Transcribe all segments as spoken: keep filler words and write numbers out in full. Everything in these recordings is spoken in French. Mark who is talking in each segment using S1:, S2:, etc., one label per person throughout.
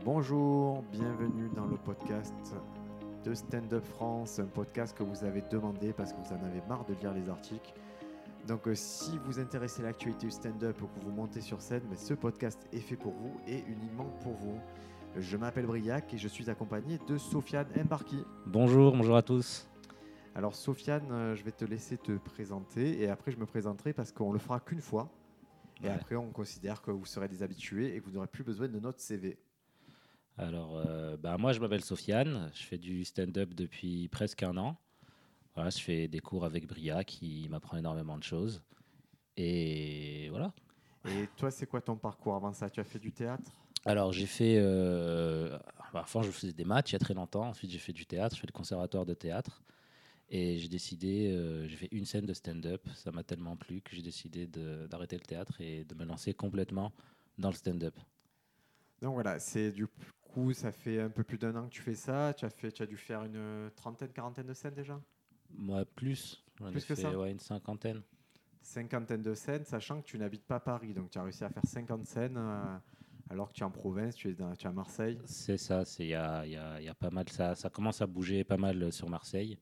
S1: Bonjour, bienvenue dans le podcast de Stand Up France, un podcast que vous avez demandé parce que vous en avez marre de lire les articles. Donc euh, si vous intéressez à l'actualité du stand-up ou que vous montez sur scène, mais ce podcast est fait pour vous et uniquement pour vous. Je m'appelle Briac et je suis accompagné de Sofiane Mbarki.
S2: Bonjour, bonjour à tous.
S1: Alors Sofiane, euh, je vais te laisser te présenter et après je me présenterai parce qu'on le fera qu'une fois. Et
S2: Ouais.
S1: après on considère que vous serez des habitués et que vous n'aurez plus besoin de notre C V.
S2: Alors, euh, bah, moi, je m'appelle Sofiane. Je fais du stand-up depuis presque un an. Voilà, je fais des cours avec Bria qui m'apprend énormément de choses. Et voilà.
S1: Et toi, c'est quoi ton parcours avant ça? Tu as fait du théâtre?
S2: Alors, j'ai fait. Euh, bah, avant, je faisais des maths il y a très longtemps. Ensuite, j'ai fait du théâtre. Je fais le conservatoire de théâtre. Et j'ai décidé. Euh, j'ai fait une scène de stand-up. Ça m'a tellement plu que j'ai décidé de- d'arrêter le théâtre et de me lancer complètement dans le stand-up.
S1: Donc voilà, c'est du coup, ça fait un peu plus d'un an que tu fais ça. Tu as fait, tu as dû faire une trentaine, quarantaine de scènes déjà?
S2: Moi, plus. J'en ai
S1: Plus que
S2: fait
S1: ça?
S2: ouais, une cinquantaine.
S1: Cinquantaine de scènes, sachant que tu n'habites pas Paris. Donc tu as réussi à faire cinquante scènes euh, alors que tu es en province, tu es, dans- tu es à Marseille.
S2: C'est ça, c'est il y a, il y a- il y a pas mal, ça, ça commence à bouger pas mal sur Marseille.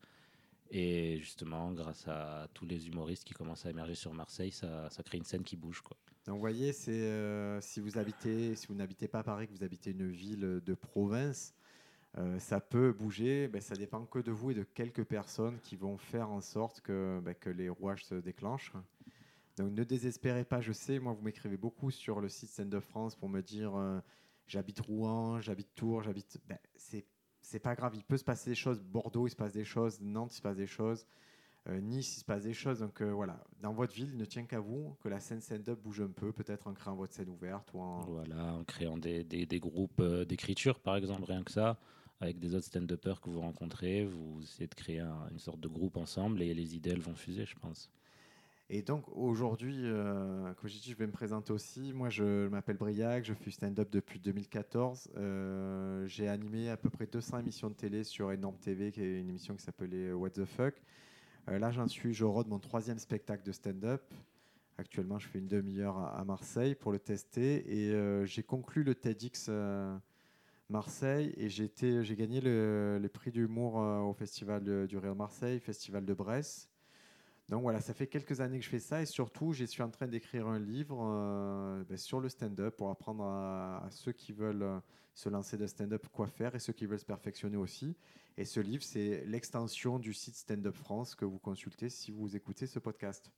S2: Et justement, grâce à tous les humoristes qui commencent à émerger sur Marseille, ça, ça crée une scène qui bouge, quoi.
S1: Donc vous voyez, c'est, euh, si vous habitez, si vous n'habitez pas Paris, que vous habitez une ville de province, euh, ça peut bouger. Ben, ça dépend que de vous et de quelques personnes qui vont faire en sorte que, ben, que les rouages se déclenchent. Donc ne désespérez pas, je sais, moi vous m'écrivez beaucoup sur le site Stand Up France pour me dire euh, j'habite Rouen, j'habite Tours, j'habite... Ben, c'est, c'est pas grave, il peut se passer des choses. Bordeaux, il se passe des choses. Nantes, il se passe des choses. Euh, nice, il se passe des choses. Donc euh, voilà, dans votre ville, il ne tient qu'à vous que la scène stand-up bouge un peu, peut-être en créant votre scène ouverte ou en...
S2: Voilà, en créant des, des, des groupes euh, d'écriture, par exemple, rien que ça, avec des autres stand-uppers que vous rencontrez, vous essayez de créer un- une sorte de groupe ensemble et les idées, elles vont fuser, je pense.
S1: Et donc aujourd'hui, euh, comme j'ai dit, je vais me présenter aussi. Moi, je m'appelle Briac, je fais stand-up depuis deux mille quatorze. Euh, j'ai animé à peu près deux cents émissions de télé sur Énorme T V, qui est une émission qui s'appelait What the Fuck. Euh, là, j'en suis, je rôde mon troisième spectacle de stand-up. Actuellement, je fais une demi-heure à, à Marseille pour le tester. Et euh, j'ai conclu le TEDx euh, Marseille et j'ai, été, j'ai gagné le, le prix d'humour euh, au Festival de- du Rire Marseille, Festival de Brest. Donc voilà, ça fait quelques années que je fais ça et surtout, je suis en train d'écrire un livre euh, ben, sur le stand-up pour apprendre à, à ceux qui veulent euh, se lancer de stand-up quoi faire et ceux qui veulent se perfectionner aussi. Et ce livre, c'est l'extension du site Stand Up France que vous consultez si vous écoutez ce podcast.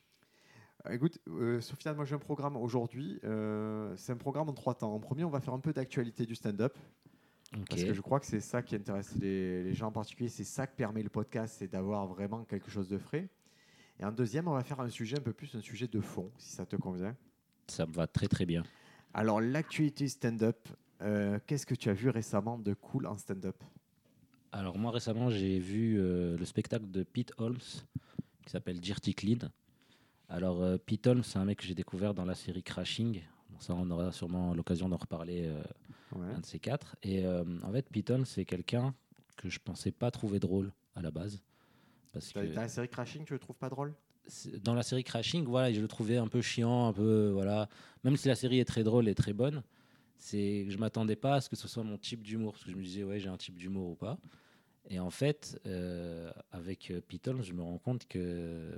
S1: Euh, Écoute, euh, Sofiane, moi j'ai un programme aujourd'hui. euh, c'est un programme en trois temps. En premier, on va faire un peu d'actualité du stand-up
S2: Ok.
S1: parce que je crois que c'est ça qui intéresse les, les gens en particulier. C'est ça que permet le podcast, c'est d'avoir vraiment quelque chose de frais. Et en deuxième, on va faire un sujet un peu plus un sujet de fond, si ça te convient.
S2: Ça me va très très bien.
S1: Alors, l'actualité stand-up, euh, qu'est-ce que tu as vu récemment de cool en stand-up?
S2: Alors moi récemment j'ai vu euh, le spectacle de Pete Holmes qui s'appelle Dirty Clean. Alors euh, Pete Holmes c'est un mec que j'ai découvert dans la série Crashing. Bon, ça on aura sûrement l'occasion d'en reparler euh,
S1: Ouais.
S2: un de ces quatre. Et euh, en fait Pete Holmes c'est quelqu'un que je pensais pas trouver drôle à la base. Parce
S1: Dans
S2: que
S1: dans la série Crashing, tu le trouves pas drôle?
S2: c'est- dans la série Crashing, voilà, je le trouvais un peu chiant, un peu voilà. Même si la série est très drôle et très bonne, c'est que je m'attendais pas à ce que ce soit mon type d'humour, parce que je me disais ouais j'ai un type d'humour ou pas. Et en fait, euh, avec euh, Pete Holmes, je me rends compte que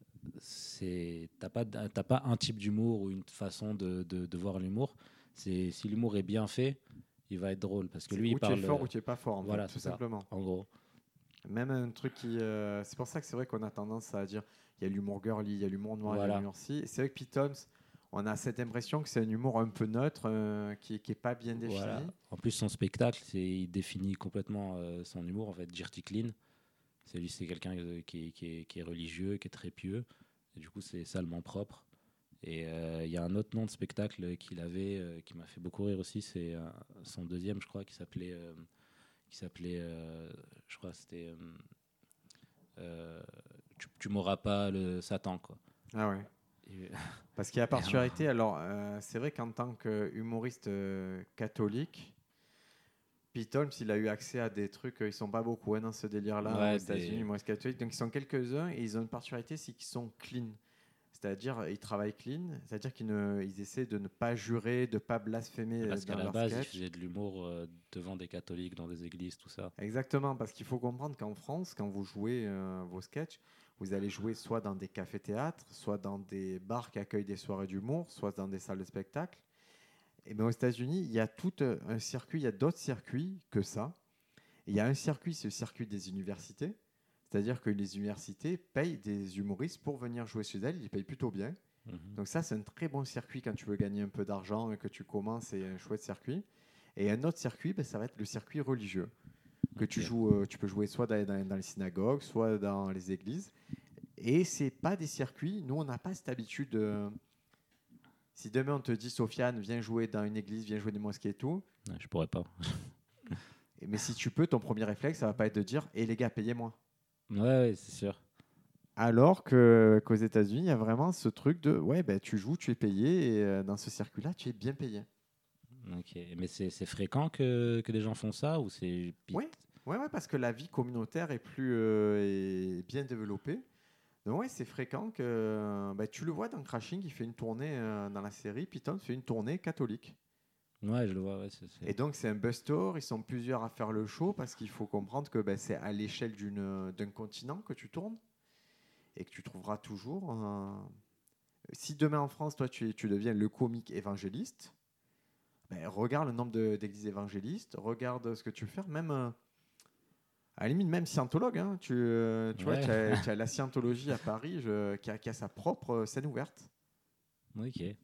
S2: c'est t'as pas d- t'as pas un type d'humour ou une façon de, de, de voir l'humour. C'est si l'humour est bien fait, il va être drôle parce que
S1: C'est
S2: lui il
S1: où tu es
S2: parle.
S1: fort
S2: euh,
S1: ou tu es pas fort, en fait,
S2: voilà,
S1: tout
S2: c'est ça.
S1: simplement.
S2: En gros,
S1: Même un truc qui. euh, c'est pour ça que c'est vrai qu'on a tendance à dire il y a l'humour girly, il y a l'humour noir, il y a
S2: voilà,
S1: l'humour ci. C'est vrai que Pete Holmes, on a cette impression que c'est un humour un peu neutre, euh, qui, qui est pas bien
S2: voilà.
S1: défini.
S2: En plus, son spectacle, c'est il définit complètement euh, son humour. En fait, Dirty Clean, c'est lui, c'est quelqu'un euh, qui, est- qui, est, qui est religieux, qui est très pieux. Et du coup, c'est salement propre. Et euh, il y a un autre nom de spectacle qu'il avait euh, qui m'a fait beaucoup rire aussi, c'est euh, son deuxième, je crois, qui s'appelait, euh, qui s'appelait, euh, je crois, c'était, euh, euh, tu, tu m'auras pas le Satan, quoi.
S1: Ah ouais.
S2: Et,
S1: Parce qu'il y a la
S2: et, euh,
S1: particularité, alors euh, c'est vrai qu'en tant qu'humoriste euh, catholique, Pete Holmes, il a eu accès à des trucs, euh, ils sont pas beaucoup hein, dans ce délire-là aux
S2: ouais,
S1: États-Unis,
S2: des,
S1: humoristes catholiques, donc ils sont quelques-uns et ils ont une particularité, c'est qu'ils sont clean. C'est-à-dire, ils travaillent clean, c'est-à-dire qu'ils ne, ils essaient de ne pas jurer, de ne pas blasphémer
S2: Parce
S1: dans
S2: qu'à la
S1: leur
S2: base, ils
S1: sketch.
S2: faisaient de l'humour euh, devant des catholiques, dans des églises, tout ça.
S1: Exactement, parce qu'il faut comprendre qu'en France, quand vous jouez euh, vos sketchs, vous allez jouer soit dans des cafés-théâtres, soit dans des bars qui accueillent des soirées d'humour, soit dans des salles de spectacle. Et bien aux États-Unis, il y a tout euh, un circuit, il y a d'autres circuits que ça. Et il y a un circuit, c'est le circuit des universités. C'est-à-dire que les universités payent des humoristes pour venir jouer chez elles, ils payent plutôt bien.
S2: Mhm.
S1: Donc ça, c'est un très bon circuit quand tu veux gagner un peu d'argent et que tu commences, c'est un chouette circuit. Et un autre circuit, ben, ça va être le circuit religieux. Que tu
S2: Ok.
S1: joues, euh, tu peux jouer soit dans, dans- dans les synagogues, soit dans les églises. Et c'est pas des circuits. Nous, on n'a pas cette habitude. euh, si demain on te dit, Sofiane, viens jouer dans une église, viens jouer des mosquées et tout.
S2: Ouais, je pourrais pas.
S1: et- Mais si tu peux, ton premier réflexe, ça va pas être de dire, hé les gars, payez-moi.
S2: Ouais, ouais, c'est sûr.
S1: Alors que, qu'aux États-Unis, il y a vraiment ce truc de, ouais, ben, tu joues, tu es payé, et euh, dans ce circuit-là, tu es bien payé.
S2: Ok. Mais c'est c'est fréquent que, que des gens font ça ou c'est.
S1: Oui, ouais, ouais, parce que la vie communautaire est plus euh, est bien développée. Donc ouais, c'est fréquent que euh, bah, tu le vois dans Crashing, il fait une tournée euh, dans la série, Python fait une tournée catholique.
S2: Ouais, je le vois. Ouais, c'est, c'est-
S1: Et donc c'est un bus tour, ils sont plusieurs à faire le show parce qu'il faut comprendre que bah, c'est à l'échelle d'une, d'un continent que tu tournes et que tu trouveras toujours. euh, Si demain en France, toi tu, es- tu deviens le comique évangéliste, ben, regarde le nombre de- d'églises évangélistes, regarde ce que tu veux faire, même. euh, À la limite, même scientologue, hein, tu, euh, tu vois,
S2: Ouais.
S1: tu as, tu as la scientologie à Paris je- qui, a, qui a sa propre euh, scène ouverte.
S2: Ok.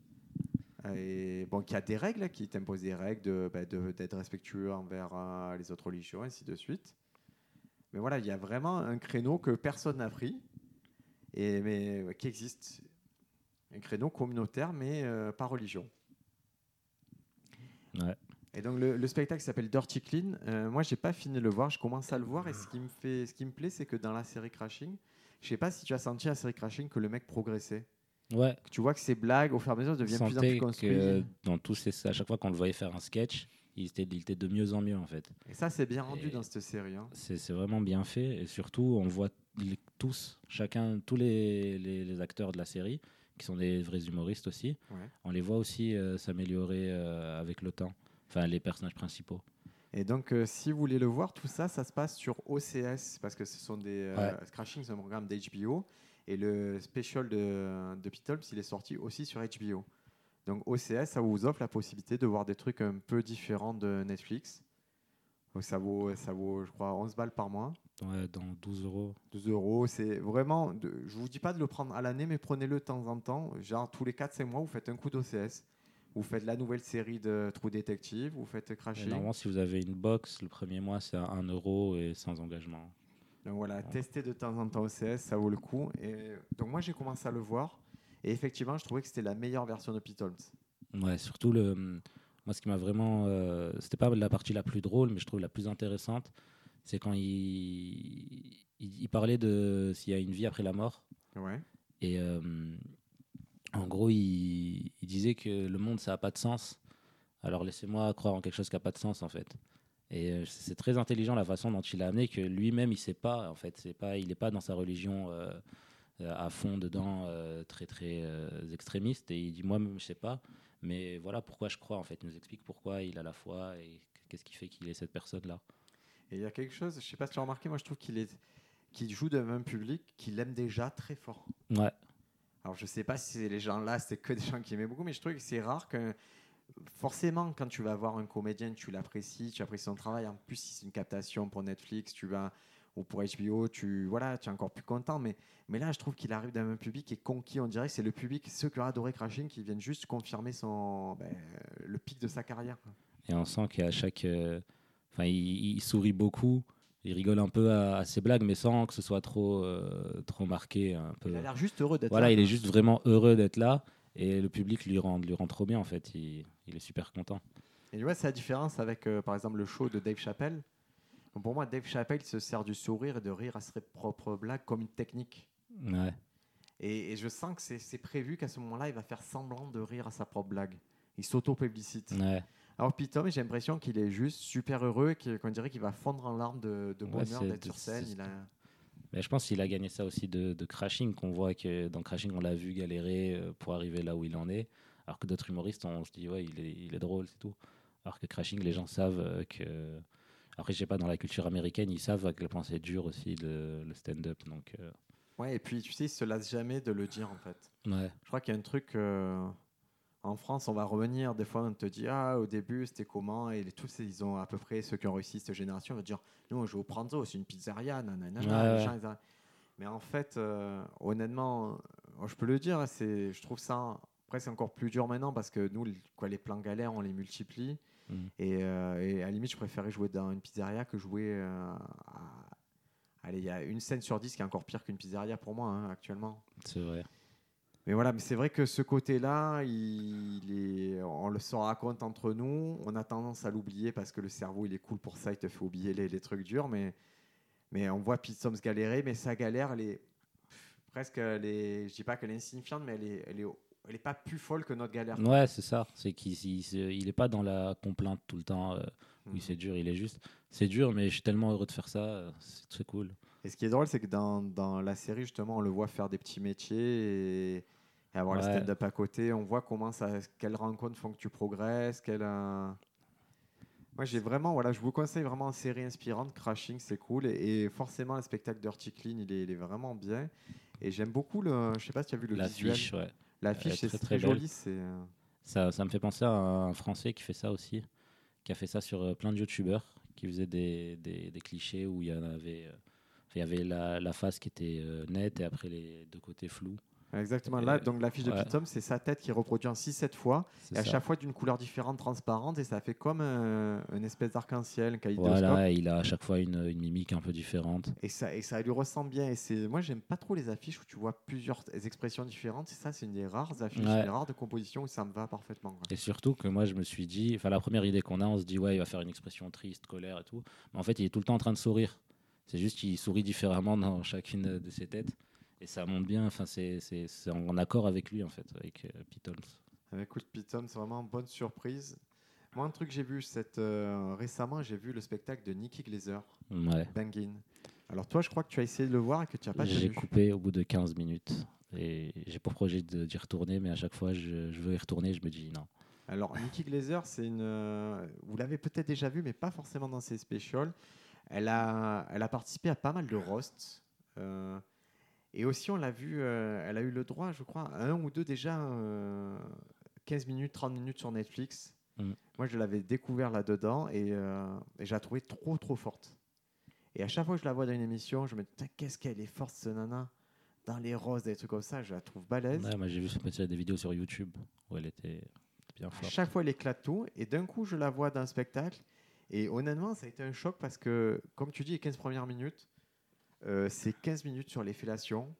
S1: Et bon, qui a des règles, qui t'imposent des règles de, bah, de- d'être respectueux envers euh, les autres religions, ainsi de suite. Mais voilà, il y a vraiment un créneau que personne n'a pris, et, mais ouais, qui existe. Un créneau communautaire, mais euh, pas religion.
S2: Ouais.
S1: Et donc le, le spectacle s'appelle Dirty Clean. Euh, moi, j'ai pas fini de le voir. Je commence à le voir, et ce qui me fait, ce qui me plaît, c'est que dans la série Crashing, je sais pas si tu as senti à la série Crashing que le mec progressait.
S2: Ouais.
S1: Que tu vois que ses blagues, au fur et à mesure,
S2: On
S1: deviennent de plus en plus
S2: sentait
S1: construites.
S2: que dans tous ces, à chaque fois qu'on le voyait faire un sketch, il était, il était de mieux en mieux en fait.
S1: Et ça, c'est bien rendu
S2: Et
S1: dans cette série. hein.
S2: C'est, c'est vraiment bien fait et surtout on voit les- tous, chacun, tous les, les, les acteurs de la série qui sont des vrais humoristes aussi.
S1: Ouais.
S2: On les voit aussi euh, s'améliorer euh, avec le temps. Enfin, les personnages principaux.
S1: Et donc, euh, si vous voulez le voir, tout ça, ça se passe sur O C S, parce que ce sont des... euh,
S2: Ouais.
S1: Crashing, c'est un programme d'H B O, et le special de, de Beatles, il est sorti aussi sur H B O. Donc, O C S, ça vous offre la possibilité de voir des trucs un peu différents de Netflix. Donc, ça vaut, ça vaut, je crois, onze balles par mois.
S2: Ouais, dans douze euros.
S1: douze euros, c'est vraiment... De, je vous dis pas de le prendre à l'année, mais prenez-le de temps en temps. Genre, tous les quatre cinq mois, vous faites un coup d'O C S. Vous faites la nouvelle série de True Detective, vous faites
S2: Et
S1: Crashing.
S2: normalement, si vous avez une box, le premier mois c'est à un euro et sans engagement.
S1: Donc voilà, testez de temps en temps O C S, ça vaut le coup. Et donc moi, j'ai commencé à le voir. Et effectivement, je trouvais que c'était la meilleure version de Pete Holmes.
S2: Ouais, surtout le. Moi, ce qui m'a vraiment. Euh, c'était pas la partie la plus drôle, mais je trouve la plus intéressante, c'est quand il, il, il parlait de s'il y a une vie après la mort.
S1: Ouais.
S2: Et euh, en gros, il, il disait que le monde, ça n'a pas de sens. Alors laissez-moi croire en quelque chose qui n'a pas de sens, en fait. Et euh, c'est très intelligent la façon dont il a amené que lui-même, il sait pas, en fait. C'est pas, il n'est pas dans sa religion euh, à fond dedans, euh, très, très euh, extrémiste. Et il dit, moi-même, je sais pas. Mais voilà pourquoi je crois, en fait. Il nous explique pourquoi il a la foi et qu'est-ce qui fait qu'il est cette personne-là.
S1: Et il y a quelque chose, je sais pas si tu as remarqué, moi je trouve qu'il est, qu'il joue devant un public qu'il aime déjà très fort.
S2: Ouais.
S1: Alors je sais pas si les gens là, c'était que des gens qui aimaient beaucoup, mais je trouve que c'est rare que forcément quand tu vas voir un comédien, tu l'apprécies, tu apprécies son travail. En plus, si c'est une captation pour Netflix, tu vas ou pour H B O, tu voilà, tu es encore plus content. Mais mais là, je trouve qu'il arrive dans un public qui est conquis. On dirait que c'est le public, ceux qui ont adoré Crashing, qui viennent juste confirmer son ben, le pic de sa carrière.
S2: Et on sent qu'à chaque. euh, Enfin, il, il sourit beaucoup. Il rigole un peu à, à ses blagues, mais sans que ce soit trop, euh, trop marqué. Un peu.
S1: Il a l'air juste heureux d'être
S2: Voilà,
S1: là.
S2: il est juste vraiment heureux d'être là. Et le public lui rend, lui rend trop bien, en fait. Il, il est super content.
S1: Et tu vois, c'est la différence avec, euh, par exemple, le show de Dave Chappelle. Donc, pour moi, Dave Chappelle se sert du sourire et de rire à ses propres blagues comme une technique.
S2: Ouais.
S1: Et, et je sens que c'est, c'est prévu qu'à ce moment-là, il va faire semblant de rire à sa propre blague. Il s'auto-publicite.
S2: Ouais.
S1: Alors, Pitom, j'ai l'impression qu'il est juste super heureux, qu'il- qu'on dirait qu'il va fondre en larmes de, de
S2: Ouais,
S1: bonheur
S2: c'est-
S1: d'être sur scène.
S2: c'est-
S1: Il a...
S2: Mais je pense qu'il a gagné ça aussi de, de Crashing, qu'on voit que dans Crashing, on l'a vu galérer euh, pour arriver là où il en est. Alors que d'autres humoristes, on se dit, ouais, il est, il est drôle, c'est tout. Alors que Crashing, les gens savent euh, que. Après, je sais pas, dans la culture américaine, ils savent à quel point c'est dur aussi le, le stand-up. Donc, euh,
S1: Ouais, et puis tu sais, il se lasse jamais de le dire en fait.
S2: ouais,
S1: Je crois qu'il y a un truc. euh, En France, on va revenir. Des fois, on te dit ah, au début, c'était comment? Et les- tous, ils ont à peu près ceux qui ont réussi cette génération, vont dire nous, on joue au Pranzo, c'est une pizzeria,
S2: ouais,
S1: nanana. Les
S2: ouais,
S1: gens, ils a- Mais en fait, euh, honnêtement, euh, je peux le dire, c'est, je trouve ça presque encore plus dur maintenant parce que nous, les- quoi, les plans galères, on les multiplie.
S2: mm,
S1: Et, euh, et à la limite, je préférais jouer dans une pizzeria que jouer euh, à... Allez, il y a une scène sur dix qui est encore pire qu'une pizzeria pour moi hein, actuellement.
S2: c'est vrai.
S1: Mais voilà, mais c'est vrai que ce côté-là, il est, on le se raconte entre nous. On a tendance à l'oublier parce que le cerveau, il est cool pour ça. Il te fait oublier les, les trucs durs. Mais, mais on voit Pete Soms galérer. Mais sa galère, elle est presque, elle est, je dis pas qu'elle est insignifiante, mais elle est, elle est, elle est pas plus folle que notre galère, quoi.
S2: Ouais, c'est ça. C'est qu'il il, se- il est pas dans la complainte tout le temps. Euh, oui,
S1: Mhm.
S2: c'est dur, il est juste. C'est dur, mais je suis tellement heureux de faire ça. euh, C'est très cool.
S1: Et ce qui est drôle, c'est que dans, dans la série, justement, on le voit faire des petits métiers et, et avoir le
S2: Ouais,
S1: stand-up à côté. On voit comment ça, quelles rencontres font que tu progresses, quelle, euh, moi, j'ai vraiment, voilà, je vous conseille vraiment une série inspirante. Crashing, c'est cool. Et, et forcément, le spectacle Dirty Clean, il est, il est vraiment bien. Et j'aime beaucoup le. Je sais pas si tu as vu le visuel.
S2: l'affiche, ouais. Elle est
S1: L'affiche, c'est
S2: très
S1: c'est
S2: très
S1: très
S2: belle.
S1: joli. C'est. euh,
S2: Ça, ça me fait penser à un Français qui fait ça aussi, qui a fait ça sur euh, plein de youtubeurs, qui faisait des, des, des clichés où il y en avait, euh, il y avait la, la face qui était euh, nette et après les deux côtés flous.
S1: Exactement. Là,
S2: Et,
S1: donc l'affiche de
S2: ouais,
S1: Pete Tom, c'est sa tête qui est reproduite en six sept fois.
S2: c'est
S1: Et à
S2: ça.
S1: chaque fois d'une couleur différente, transparente. Et ça fait comme un, une espèce d'arc-en-ciel, un kaléidoscope.
S2: Voilà, il a à chaque fois une, une mimique un peu différente.
S1: Et ça, et ça lui ressemble bien. Et c'est, moi, j'aime pas trop les affiches où tu vois plusieurs expressions différentes. Et ça, c'est une des rares affiches, une
S2: Ouais.
S1: des rares de compositions où ça me va parfaitement, quoi.
S2: Et surtout que moi, je me suis dit, enfin, la première idée qu'on a, on se dit, ouais, il va faire une expression triste, colère et tout. Mais en fait, il est tout le temps en train de sourire. C'est juste qu'il sourit différemment dans chacune de ses têtes. Et ça monte bien, enfin, c'est, c'est, c'est en accord avec lui, en fait, avec euh, Pete Holmes.
S1: Ah, écoute, Python, c'est vraiment une bonne surprise. Moi, un truc que j'ai vu cette, euh, récemment, j'ai vu le spectacle de Nikki Glaser,
S2: Ouais.
S1: Bangin. Alors toi, je crois que tu as essayé de le voir et que tu n'as pas
S2: J'ai
S1: tenu.
S2: coupé au bout de quinze minutes. Et j'ai pour projet de- d'y retourner, mais à chaque fois, je, je veux y retourner, je me dis non.
S1: Alors, Nikki Glaser, c'est une. euh, vous l'avez peut-être déjà vu, mais pas forcément dans ses specials. Elle a, elle a participé à pas mal de roasts. euh, et aussi, on l'a vu, euh, elle a eu le droit, je crois, à un ou deux déjà, euh, quinze minutes, trente minutes sur Netflix.
S2: Mm.
S1: Moi, je l'avais découvert là-dedans et, euh, et je la trouvais trop, trop forte. Et à chaque fois que je la vois dans une émission, je me dis, putain, qu'est-ce qu'elle est forte, ce nana. Dans les roses, des trucs comme ça, je la trouve balèze.
S2: Ouais, moi, j'ai vu ce- des vidéos sur YouTube où elle était bien
S1: À
S2: forte.
S1: chaque fois, elle éclate tout. Et d'un coup, je la vois dans un spectacle. Et honnêtement, ça a été un choc parce que, comme tu dis, les quinze premières minutes, euh, c'est quinze minutes sur les fellations.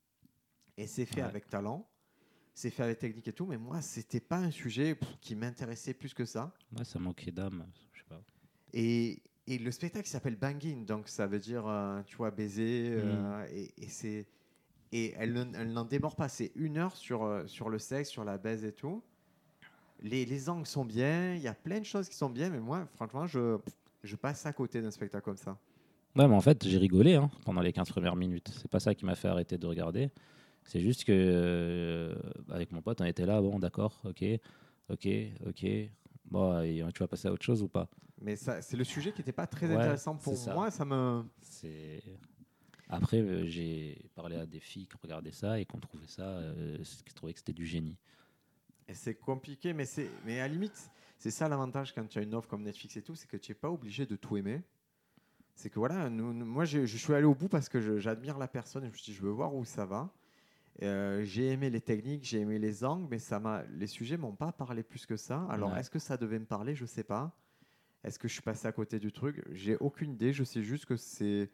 S1: Et c'est fait
S2: Ouais.
S1: avec talent. C'est fait avec technique et tout. Mais moi, c'était pas un sujet pff, qui m'intéressait plus que ça.
S2: Ouais, ça manquait d'âme, je sais pas.
S1: Et, et le spectacle s'appelle Bangin. Donc, ça veut dire, euh, tu vois, baiser. euh, et et c'est. Et elle, ne- elle n'en démord pas. C'est une heure sur, euh, sur le sexe, sur la baise et tout. Les, les angles sont bien. Il y a plein de choses qui sont bien. Mais moi, franchement, je, je passe à côté d'un spectacle comme ça.
S2: Ouais, mais en fait, j'ai rigolé hein, pendant les quinze premières minutes. C'est pas ça qui m'a fait arrêter de regarder. C'est juste que, euh, avec mon pote, on était là, bon, d'accord, ok, ok, ok. Bon, et tu vas passer à autre chose ou pas?
S1: Mais ça, c'est le sujet qui n'était pas très
S2: Ouais,
S1: intéressant
S2: c'est
S1: pour
S2: ça.
S1: moi. Ça me.
S2: C'est... Après, euh, j'ai parlé à des filles qui regardaient ça et qui ont trouvé ça, euh, qui trouvaient que c'était du génie.
S1: Et c'est compliqué, mais, c'est, mais à la limite, c'est ça l'avantage quand tu as une offre comme Netflix et tout, c'est que tu n'es pas obligé de tout aimer. C'est que voilà, nous, nous- moi je, je suis allé au bout parce que je- j'admire la personne et je me suis dit, je veux voir où ça va. Euh, j'ai aimé les techniques, j'ai aimé les angles, mais ça m'a, les sujets m'ont pas parlé plus que ça. Alors
S2: Ouais.
S1: est-ce que ça devait me parler? Je sais pas. Est-ce que je suis passé à côté du truc? J'ai aucune idée. Je sais juste que c'est.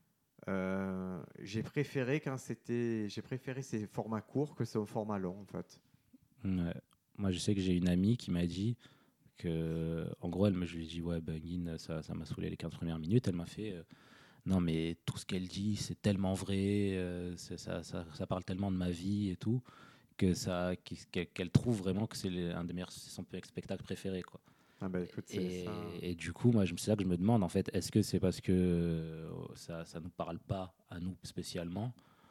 S1: euh, j'ai préféré quand c'était. J'ai préféré ces formats courts que ces formats longs en fait.
S2: Ouais. Moi, je sais que j'ai une amie qui m'a dit que, en gros, elle me, je lui ai dit, ouais, Bungin, ça, ça m'a saoulé les quinze premières minutes. Elle m'a fait, euh, non, mais tout ce qu'elle dit, c'est tellement vrai, euh, c'est- ça, ça, ça parle tellement de ma vie et tout, que ça, qu'elle qu'elle trouve vraiment que c'est les- un des meilleurs, c'est son spectacle préféré, quoi.
S1: Ah bah écoute, c'est
S2: Et,
S1: ça.
S2: et du coup, moi, je- c'est là que je me demande, en fait, est-ce que c'est parce que euh, ça ne nous parle pas à nous spécialement,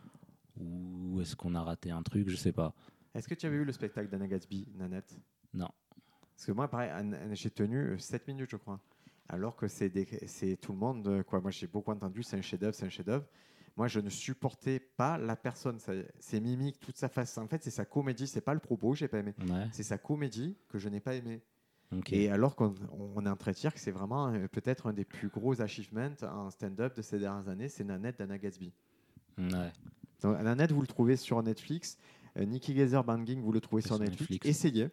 S2: ou est-ce qu'on a raté un truc, je sais pas.
S1: Est-ce que tu avais vu le spectacle d'Anna Gatsby, Nanette?
S2: Non.
S1: Parce que moi, pareil, Anne- Anne- j'ai tenu euh, sept minutes, je crois. Alors que c'est des- c'est tout le monde, euh, quoi. Moi, j'ai beaucoup entendu, c'est un chef-d'œuvre, c'est un chef-d'œuvre. Moi, je ne supportais pas la personne, ça- ses mimiques, toute sa face. En fait, c'est sa comédie, c'est pas le propos, j'ai pas aimé.
S2: Ouais.
S1: C'est sa comédie que je n'ai pas aimé.
S2: Ok.
S1: Et alors qu'on on est en train de dire que c'est vraiment euh, peut-être un des plus gros achievements en stand-up de ces dernières années, c'est Nanette d'Anna Gatsby.
S2: Ouais.
S1: Donc, Nanette, vous le trouvez sur Netflix. Euh, Nikki Glaser Banging, vous le trouvez
S2: C'est
S1: sur
S2: sur
S1: Netflix.
S2: Netflix.
S1: Essayez.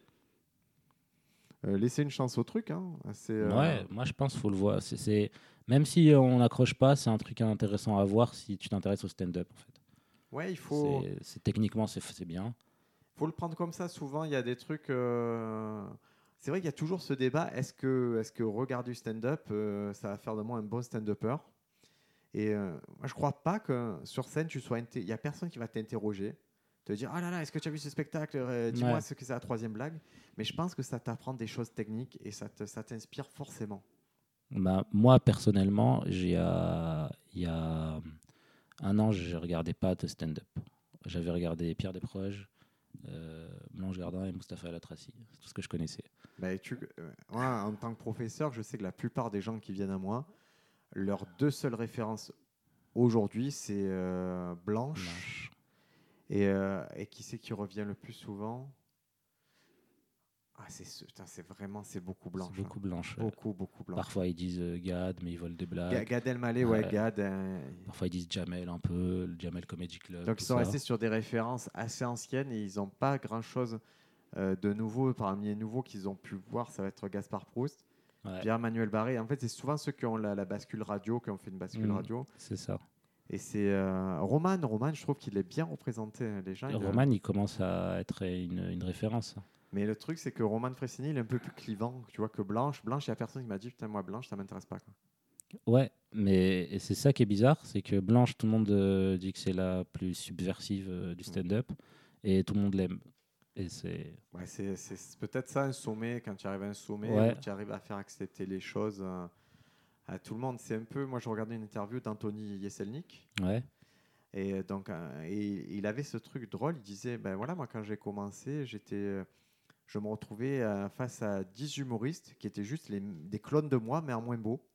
S1: Euh, laissez une chance au truc. Hein. C'est, euh,
S2: Ouais, moi, je pense qu'il faut le voir. C'est, c'est- Même si on n'accroche pas, c'est un truc intéressant à voir si tu t'intéresses au stand-up, en fait.
S1: Ouais, il faut,
S2: C'est, c'est- techniquement, c'est, c'est bien.
S1: faut le prendre comme ça. Souvent, il y a des trucs. euh, C'est vrai qu'il y a toujours ce débat. Est-ce que, est-ce que regarder du stand-up, euh, ça va faire de moi un bon stand-upper? Et euh, moi, je crois pas que sur scène, tu sois. inté- Il y a personne qui va t'interroger, te dire ah là là, est-ce que tu as vu ce spectacle? Euh, Dis-moi
S2: Ouais.
S1: ce que c'est la troisième blague. Mais je pense que ça t'apprend des choses techniques et ça, te- ça t'inspire forcément.
S2: Bah, moi, personnellement, j'ai, euh, il y a un an, je regardais pas de stand-up. J'avais regardé Pierre Desproges, euh, Blanche Gardin et Mustapha El Atrassi. C'est tout ce que je connaissais.
S1: Bah, tu, euh, moi, en tant que professeur, je sais que la plupart des gens qui viennent à moi, leurs deux seules références aujourd'hui, c'est euh, Blanche.
S2: Blanche.
S1: Et, euh, et qui c'est qui revient le plus souvent? Ah, c'est ce- putain, c'est vraiment, c'est beaucoup
S2: C'est
S1: Blanche.
S2: beaucoup
S1: hein.
S2: Blanche. ouais.
S1: Beaucoup, beaucoup Blanche.
S2: Parfois, ils disent euh, Gad, mais ils volent des
S1: Ga-
S2: blagues.
S1: Gad Elmaleh, ouais,
S2: Ouais.
S1: Gad. euh,
S2: Parfois, ils disent Jamel un peu, le Jamel Comedy Club.
S1: donc
S2: tout
S1: ils sont
S2: ça.
S1: restés sur des références assez anciennes et ils n'ont pas grand-chose euh, de nouveau. Parmi les nouveaux qu'ils ont pu voir, ça va être Gaspard Proust,
S2: Ouais.
S1: Pierre-Emmanuel Barré. En fait, c'est souvent ceux qui ont la, la bascule radio, qui ont fait une bascule
S2: Mm,
S1: radio.
S2: c'est ça.
S1: Et c'est euh, Roman. Roman, je trouve qu'il est bien représenté. hein, Les gens, ils le-
S2: Roman, il commence à être une, une référence.
S1: Mais le truc, c'est que Roman Fresini, il est un peu plus clivant, tu vois, que Blanche. Blanche, il n'y a personne qui m'a dit, putain, moi, Blanche, ça m'intéresse pas. Quoi.
S2: Ouais, mais et c'est ça qui est bizarre, c'est que Blanche, tout le monde euh, dit que c'est la plus subversive euh, du stand-up, et tout le monde l'aime. Et c'est...
S1: Ouais, c'est, c'est- c'est peut-être ça, un sommet, quand tu arrives à un sommet,
S2: Ouais.
S1: où tu arrives à faire accepter les choses euh, à tout le monde. C'est un peu, moi, je regardais une interview d'Anthony Jeselnik,
S2: Ouais.
S1: et euh, donc, euh, et il avait ce truc drôle, il disait, ben voilà, moi, quand j'ai commencé, j'étais... euh, je me retrouvais euh, face à dix humoristes qui étaient juste les- des clones de moi, mais en moins beau.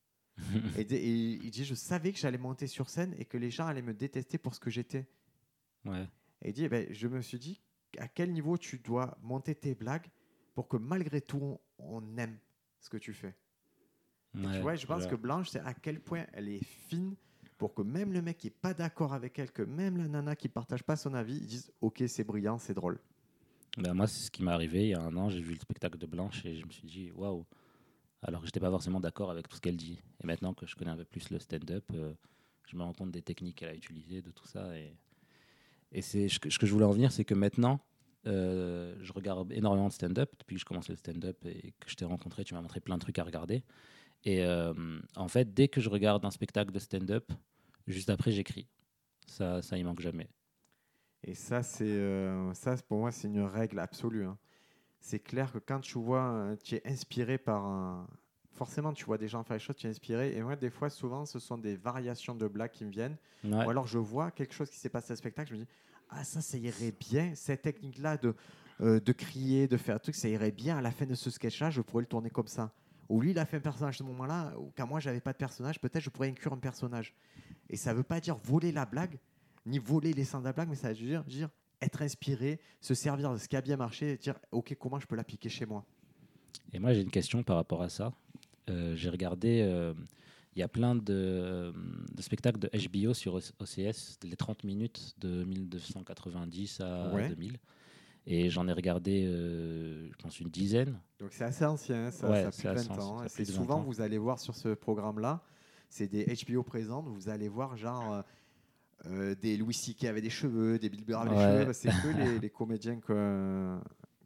S1: Et, dé- et il dit, je savais que j'allais monter sur scène et que les gens allaient me détester pour ce que j'étais.
S2: Ouais.
S1: Et il dit, eh ben, je me suis dit, à quel niveau tu dois monter tes blagues pour que malgré tout, on, on aime ce que tu fais. Et
S2: Ouais,
S1: tu vois, je pense
S2: voilà.
S1: que Blanche, c'est à quel point elle est fine pour que même le mec qui n'est pas d'accord avec elle, que même la nana qui ne partage pas son avis, ils disent, ok, c'est brillant, c'est drôle.
S2: Ben, moi, c'est ce qui m'est arrivé il y a un an, j'ai vu le spectacle de Blanche et je me suis dit, waouh, alors que j'étais pas forcément d'accord avec tout ce qu'elle dit. Et maintenant que je connais un peu plus le stand-up, euh, je me rends compte des techniques qu'elle a utilisées, de tout ça. Et, et c'est, ce que ce que je voulais en venir, c'est que maintenant, euh, je regarde énormément de stand-up. Depuis que je commence le stand-up et que je t'ai rencontré, tu m'as montré plein de trucs à regarder. Et euh, en fait, dès que je regarde un spectacle de stand-up, juste après, j'écris. Ça, ça il manque jamais.
S1: Et ça, c'est, euh, ça, pour moi, c'est une règle absolue. hein. C'est clair que quand tu vois, euh, tu es inspiré par un... Forcément, tu vois des gens faire les choses, tu es inspiré. Et moi, des fois, souvent, ce sont des variations de blagues qui me viennent.
S2: Ouais.
S1: Ou alors, je vois quelque chose qui s'est passé à un spectacle, je me dis, ah, ça, ça irait bien. Cette technique-là de, euh, de crier, de faire un truc, ça irait bien. À la fin de ce sketch-là, je pourrais le tourner comme ça. Ou lui, il a fait un personnage à ce moment-là, ou quand moi, j'avais pas de personnage, peut-être je pourrais inclure un personnage. Et ça veut pas dire voler la blague, ni voler l'essence de la blague, mais ça veut dire, dire être inspiré, se servir de ce qui a bien marché et dire, OK, comment je peux l'appliquer chez moi?
S2: Et moi, j'ai une question par rapport à ça. Euh, j'ai regardé, euh, il y a plein de, de spectacles de H B O sur O C S, les trente minutes de mille neuf cent quatre-vingt-dix à
S1: Ouais.
S2: deux mille. Et j'en ai regardé, euh, je pense, une dizaine.
S1: Donc c'est assez ancien, ça,
S2: Ouais,
S1: ça a plus
S2: c'est
S1: de
S2: assez
S1: vingt
S2: ancien,
S1: ans.
S2: ça a
S1: Et c'est
S2: plus de vingt
S1: souvent,
S2: ans.
S1: vous allez voir sur ce programme-là, c'est des H B O présentes, vous allez voir genre euh, euh, des Louis C K avec des cheveux, des Bill Burr avec
S2: Ouais.
S1: des cheveux. C'est que les, les comédiens que-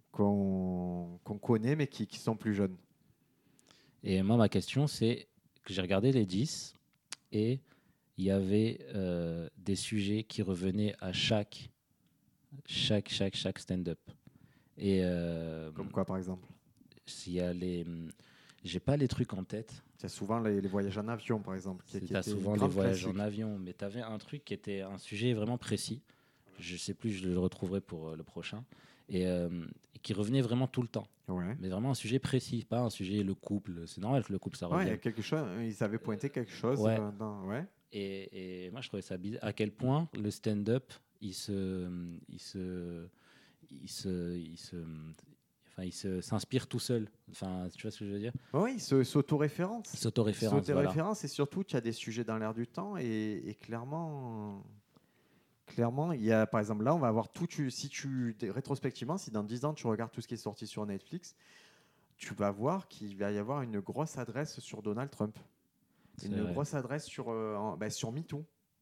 S1: qu'on qu'on connaît, mais qui, qui sont plus jeunes.
S2: Et moi, ma question, c'est que j'ai regardé les dix et il y avait euh, des sujets qui revenaient à chaque, chaque, chaque, chaque stand-up. Et euh,
S1: Comme quoi, par exemple?
S2: s'il y a les, j'ai pas les trucs en tête.
S1: Il y a souvent les, les voyages en avion, par exemple. Qui, qui
S2: T'as
S1: étaient
S2: souvent
S1: une
S2: les
S1: grande
S2: voyages
S1: classique.
S2: en avion, mais t'avais un truc qui était un sujet vraiment précis. Je sais plus, je le retrouverai pour euh, le prochain, et, euh, et qui revenait vraiment tout le temps.
S1: Ouais.
S2: Mais vraiment un sujet précis, pas un sujet le couple. C'est normal que le couple ça
S1: Ouais, il y
S2: revienne.
S1: a quelque chose. Ils avaient pointé quelque chose.
S2: Ouais.
S1: euh, dans, ouais.
S2: Et, et moi, je trouvais ça bizarre. À quel point le stand-up, il se, il se, il se, il se, enfin, il se, s'inspire tout seul. Enfin, tu vois ce que je veux dire?
S1: Oui, il se- s'auto-référence.
S2: Il s'autoréférence. Voilà.
S1: S'auto-référence et surtout, tu as des sujets dans l'air du temps et, et clairement, clairement, il y a, par exemple, là, on va avoir tout. Tu, si tu rétrospectivement, si dans dix ans tu regardes tout ce qui est sorti sur Netflix, tu vas voir qu'il va y avoir une grosse adresse sur Donald Trump,
S2: C'est
S1: une
S2: vrai.
S1: grosse adresse sur, euh, en- ben, sur MeToo.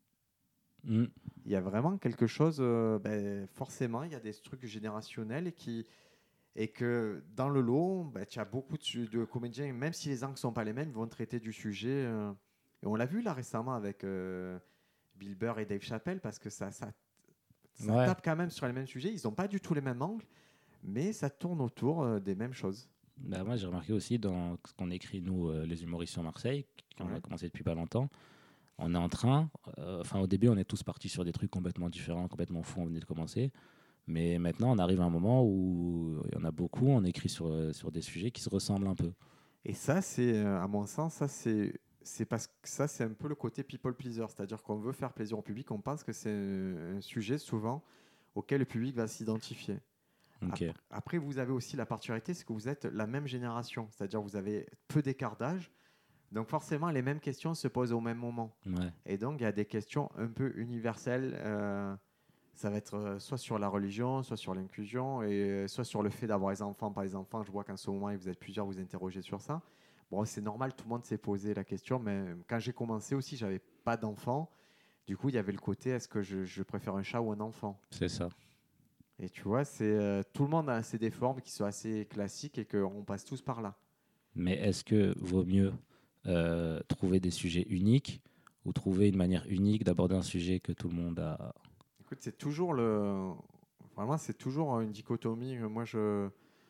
S2: Mm.
S1: Il y a vraiment quelque chose. euh, ben, forcément, il y a des trucs générationnels et qui et que dans le lot, ben, tu as beaucoup de, de comédiens, même si les angles sont pas les mêmes, ils vont traiter du sujet. euh, et on l'a vu là récemment avec euh, Bill Burr et Dave Chappelle parce que ça, ça, ça
S2: Ouais.
S1: tape quand même sur les mêmes sujets. Ils n'ont pas du tout les mêmes angles, mais ça tourne autour euh, des mêmes choses.
S2: Bah, moi, j'ai remarqué aussi dans ce qu'on écrit, nous, euh, les humoristes sur Marseille, qu'on
S1: Ouais.
S2: a commencé depuis pas longtemps. On est en train, euh, enfin, au début, on est tous partis sur des trucs complètement différents, complètement fous, on venait de commencer. Mais maintenant, on arrive à un moment où il y en a beaucoup, on écrit sur, euh, sur des sujets qui se ressemblent un peu.
S1: Et ça, c'est, euh, à mon sens, ça c'est, c'est parce que ça, c'est un peu le côté people pleaser, c'est-à-dire qu'on veut faire plaisir au public, on pense que c'est un, un sujet souvent auquel le public va s'identifier.
S2: Ok.
S1: Ap- Après, vous avez aussi la particularité, c'est que vous êtes la même génération, c'est-à-dire vous avez peu d'écart d'âge, donc forcément les mêmes questions se posent au même moment.
S2: Ouais.
S1: Et donc il y a des questions un peu universelles. euh, ça va être euh, soit sur la religion, soit sur l'inclusion, et euh, soit sur le fait d'avoir les enfants, pas les enfants. Je vois qu'en ce moment, et vous êtes plusieurs, vous interrogez sur ça. Bon, c'est normal, tout le monde s'est posé la question, mais quand j'ai commencé aussi, j'avais pas d'enfant. Du coup, il y avait le côté, est-ce que je, je préfère un chat ou un enfant?
S2: C'est ça.
S1: Et tu vois, c'est euh, tout le monde a assez des formes qui sont assez classiques et qu'on passe tous par là.
S2: Mais est-ce que vaut mieux euh, trouver des sujets uniques ou trouver une manière unique d'aborder un sujet que tout le monde a?
S1: Écoute, c'est toujours le, vraiment, c'est toujours une dichotomie. Moi, je,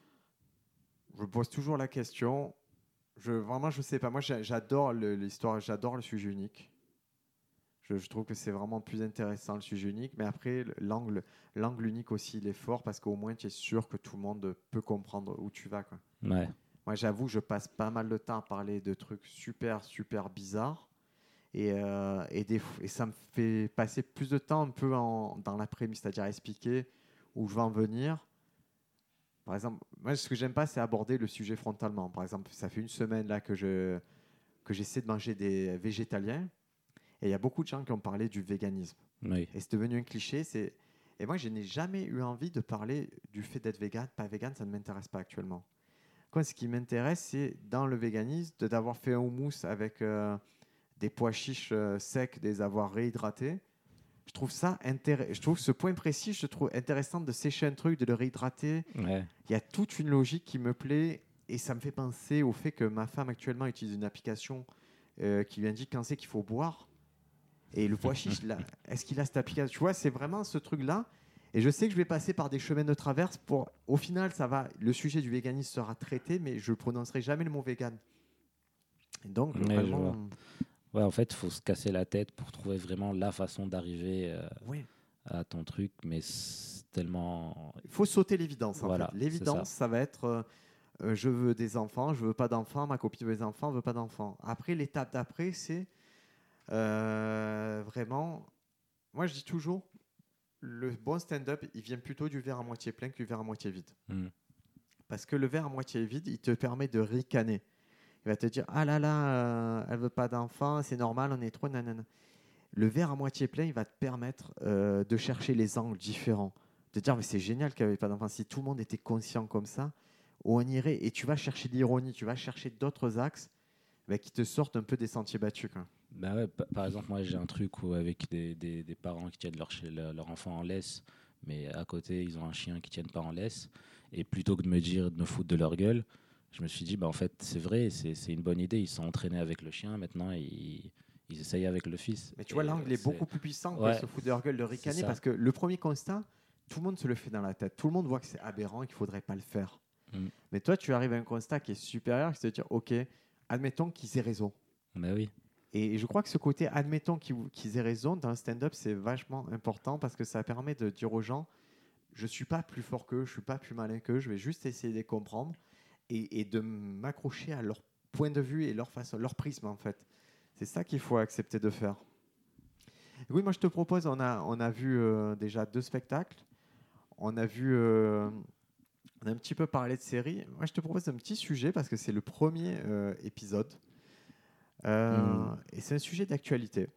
S1: je pose toujours la question. Je, vraiment, je sais pas. Moi, j'a- j'adore le- l'histoire, j'adore le sujet unique. Je, je trouve que c'est vraiment plus intéressant le sujet unique. Mais après, le- l'angle, l'angle unique aussi, il est fort parce qu'au moins, tu es sûr que tout le monde peut comprendre où tu vas, quoi.
S2: Ouais.
S1: Moi, j'avoue, je passe pas mal de temps à parler de trucs super, super bizarres. Et, euh, et, des, f- et ça me fait passer plus de temps un peu en- dans l'après-midi, c'est-à-dire à expliquer où je vais en venir. Par exemple, moi, ce que j'aime pas, c'est aborder le sujet frontalement. Par exemple, ça fait une semaine là que je que j'essaie de manger des végétaliens. Et il y a beaucoup de gens qui ont parlé du véganisme.
S2: Oui.
S1: Et c'est devenu un cliché. C'est... Et moi, je n'ai jamais eu envie de parler du fait d'être vegan. Pas vegan, ça ne m'intéresse pas actuellement. Quoi, ce qui m'intéresse, c'est dans le véganisme, de d'avoir fait un houmous avec euh, des pois chiches euh, secs, des avoir réhydratés. Je trouve ça intéressant. Je trouve ce point précis, je trouve intéressant de sécher un truc, de le réhydrater.
S2: Ouais.
S1: Il y a toute une logique qui me plaît et ça me fait penser au fait que ma femme actuellement utilise une application euh, qui lui indique quand c'est qu'il faut boire. Et le pois chiche, là, est-ce qu'il a cette application? Tu vois, c'est vraiment ce truc-là. Et je sais que je vais passer par des chemins de traverse pour. Au final, ça va. Le sujet du véganisme sera traité, mais je ne prononcerai jamais le mot vegan. Et donc,
S2: Ouais, je
S1: vraiment.
S2: vois. Ouais, en fait, il faut se casser la tête pour trouver vraiment la façon d'arriver euh,
S1: Ouais.
S2: à ton truc, mais c'est tellement.
S1: Il faut sauter l'évidence. En
S2: Voilà,
S1: fait.
S2: c'est
S1: L'évidence,
S2: ça.
S1: ça va être euh, euh, je veux des enfants, je veux pas d'enfants, ma copine veut des enfants, veut pas d'enfants. Après, l'étape d'après, c'est euh, vraiment. Moi, je dis toujours, le bon stand-up, il vient plutôt du verre à moitié plein que du verre à moitié vide.
S2: Mm.
S1: Parce que le verre à moitié vide, il te permet de ricaner. Il va te dire, ah là là, euh, elle veut pas d'enfants, c'est normal, on est trop nanana. Le verre à moitié plein, il va te permettre euh, de chercher les angles différents. De dire, mais c'est génial qu'il n'y avait pas d'enfants. Si tout le monde était conscient comme ça, on irait. Et tu vas chercher l'ironie, tu vas chercher d'autres axes bah, qui te sortent un peu des sentiers battus, quoi.
S2: Bah ouais, pa- par exemple, moi j'ai un truc où avec des, des, des parents qui tiennent leur, chi- leur, leur enfant en laisse, mais à côté ils ont un chien qui ne tiennent pas en laisse. Et plutôt que de me dire de me foutre de leur gueule, je me suis dit, bah en fait c'est vrai, c'est c'est une bonne idée. Ils sont entraînés avec le chien, maintenant ils, ils essayent avec le fils.
S1: Mais tu vois,
S2: Et
S1: l'angle est
S2: c'est-
S1: beaucoup plus puissant que
S2: Ouais,
S1: se foutre de leur gueule, de
S2: c'est
S1: ricaner,
S2: ça.
S1: parce que le premier constat, tout le monde se le fait dans la tête. Tout le monde voit que c'est aberrant et qu'il ne faudrait pas le faire.
S2: Mm.
S1: Mais toi, tu arrives à un constat qui est supérieur, qui est de dire, OK, admettons qu'ils aient raison.
S2: Ben oui.
S1: Et je crois que ce côté, admettons qu'ils, qu'ils aient raison, dans le stand-up, c'est vachement important parce que ça permet de dire aux gens, je ne suis pas plus fort qu'eux, je ne suis pas plus malin qu'eux, je vais juste essayer de les comprendre et, et de m'accrocher à leur point de vue et leur façon, leur prisme en fait. C'est ça qu'il faut accepter de faire. Oui, moi je te propose, on a, on a vu euh, déjà deux spectacles, on a vu, euh, on a un petit peu parlé de séries. Moi je te propose un petit sujet parce que c'est le premier euh, épisode. Euh,
S2: Mm.
S1: Et c'est un sujet d'actualité.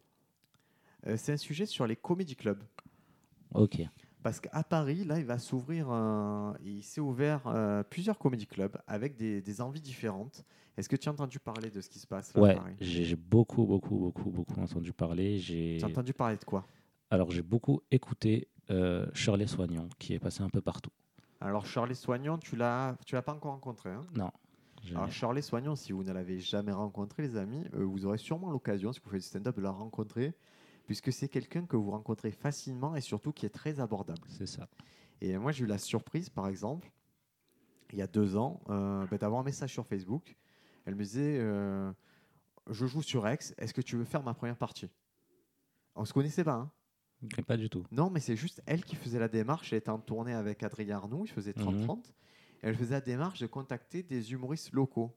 S1: Euh, c'est un sujet sur les comedy clubs.
S2: Ok.
S1: Parce qu'à Paris, là, il va s'ouvrir, un- il s'est ouvert euh, plusieurs comedy clubs avec des, des envies différentes. Est-ce que tu as entendu parler de ce qui se passe là à
S2: Ouais,
S1: Paris?
S2: j'ai j'ai beaucoup, beaucoup, beaucoup, beaucoup entendu parler.
S1: Tu as
S2: J'ai
S1: entendu parler de quoi?
S2: Alors, j'ai beaucoup écouté euh, Shirley Soignon, qui est passé un peu partout.
S1: Alors, Shirley Soignon, tu l'as, tu l'as pas encore rencontré, hein?
S2: Non,
S1: Alors,
S2: jamais.
S1: Shirley Soignon, si vous ne l'avez jamais rencontré, les amis, euh, vous aurez sûrement l'occasion, si vous faites du stand-up, de la rencontrer, puisque c'est quelqu'un que vous rencontrez facilement et surtout qui est très abordable.
S2: C'est ça.
S1: Et moi, j'ai eu la surprise, par exemple, il y a deux ans, euh, ben, d'avoir un message sur Facebook. Elle me disait euh, je joue sur X, est-ce que tu veux faire ma première partie? On ne se connaissait pas, hein?
S2: Mais pas du tout.
S1: Non, mais c'est juste elle qui faisait la démarche. Elle était en tournée avec Adrien Arnoux, il faisait trente
S2: Mhm.
S1: trente. Elle faisait la démarche de contacter des humoristes locaux.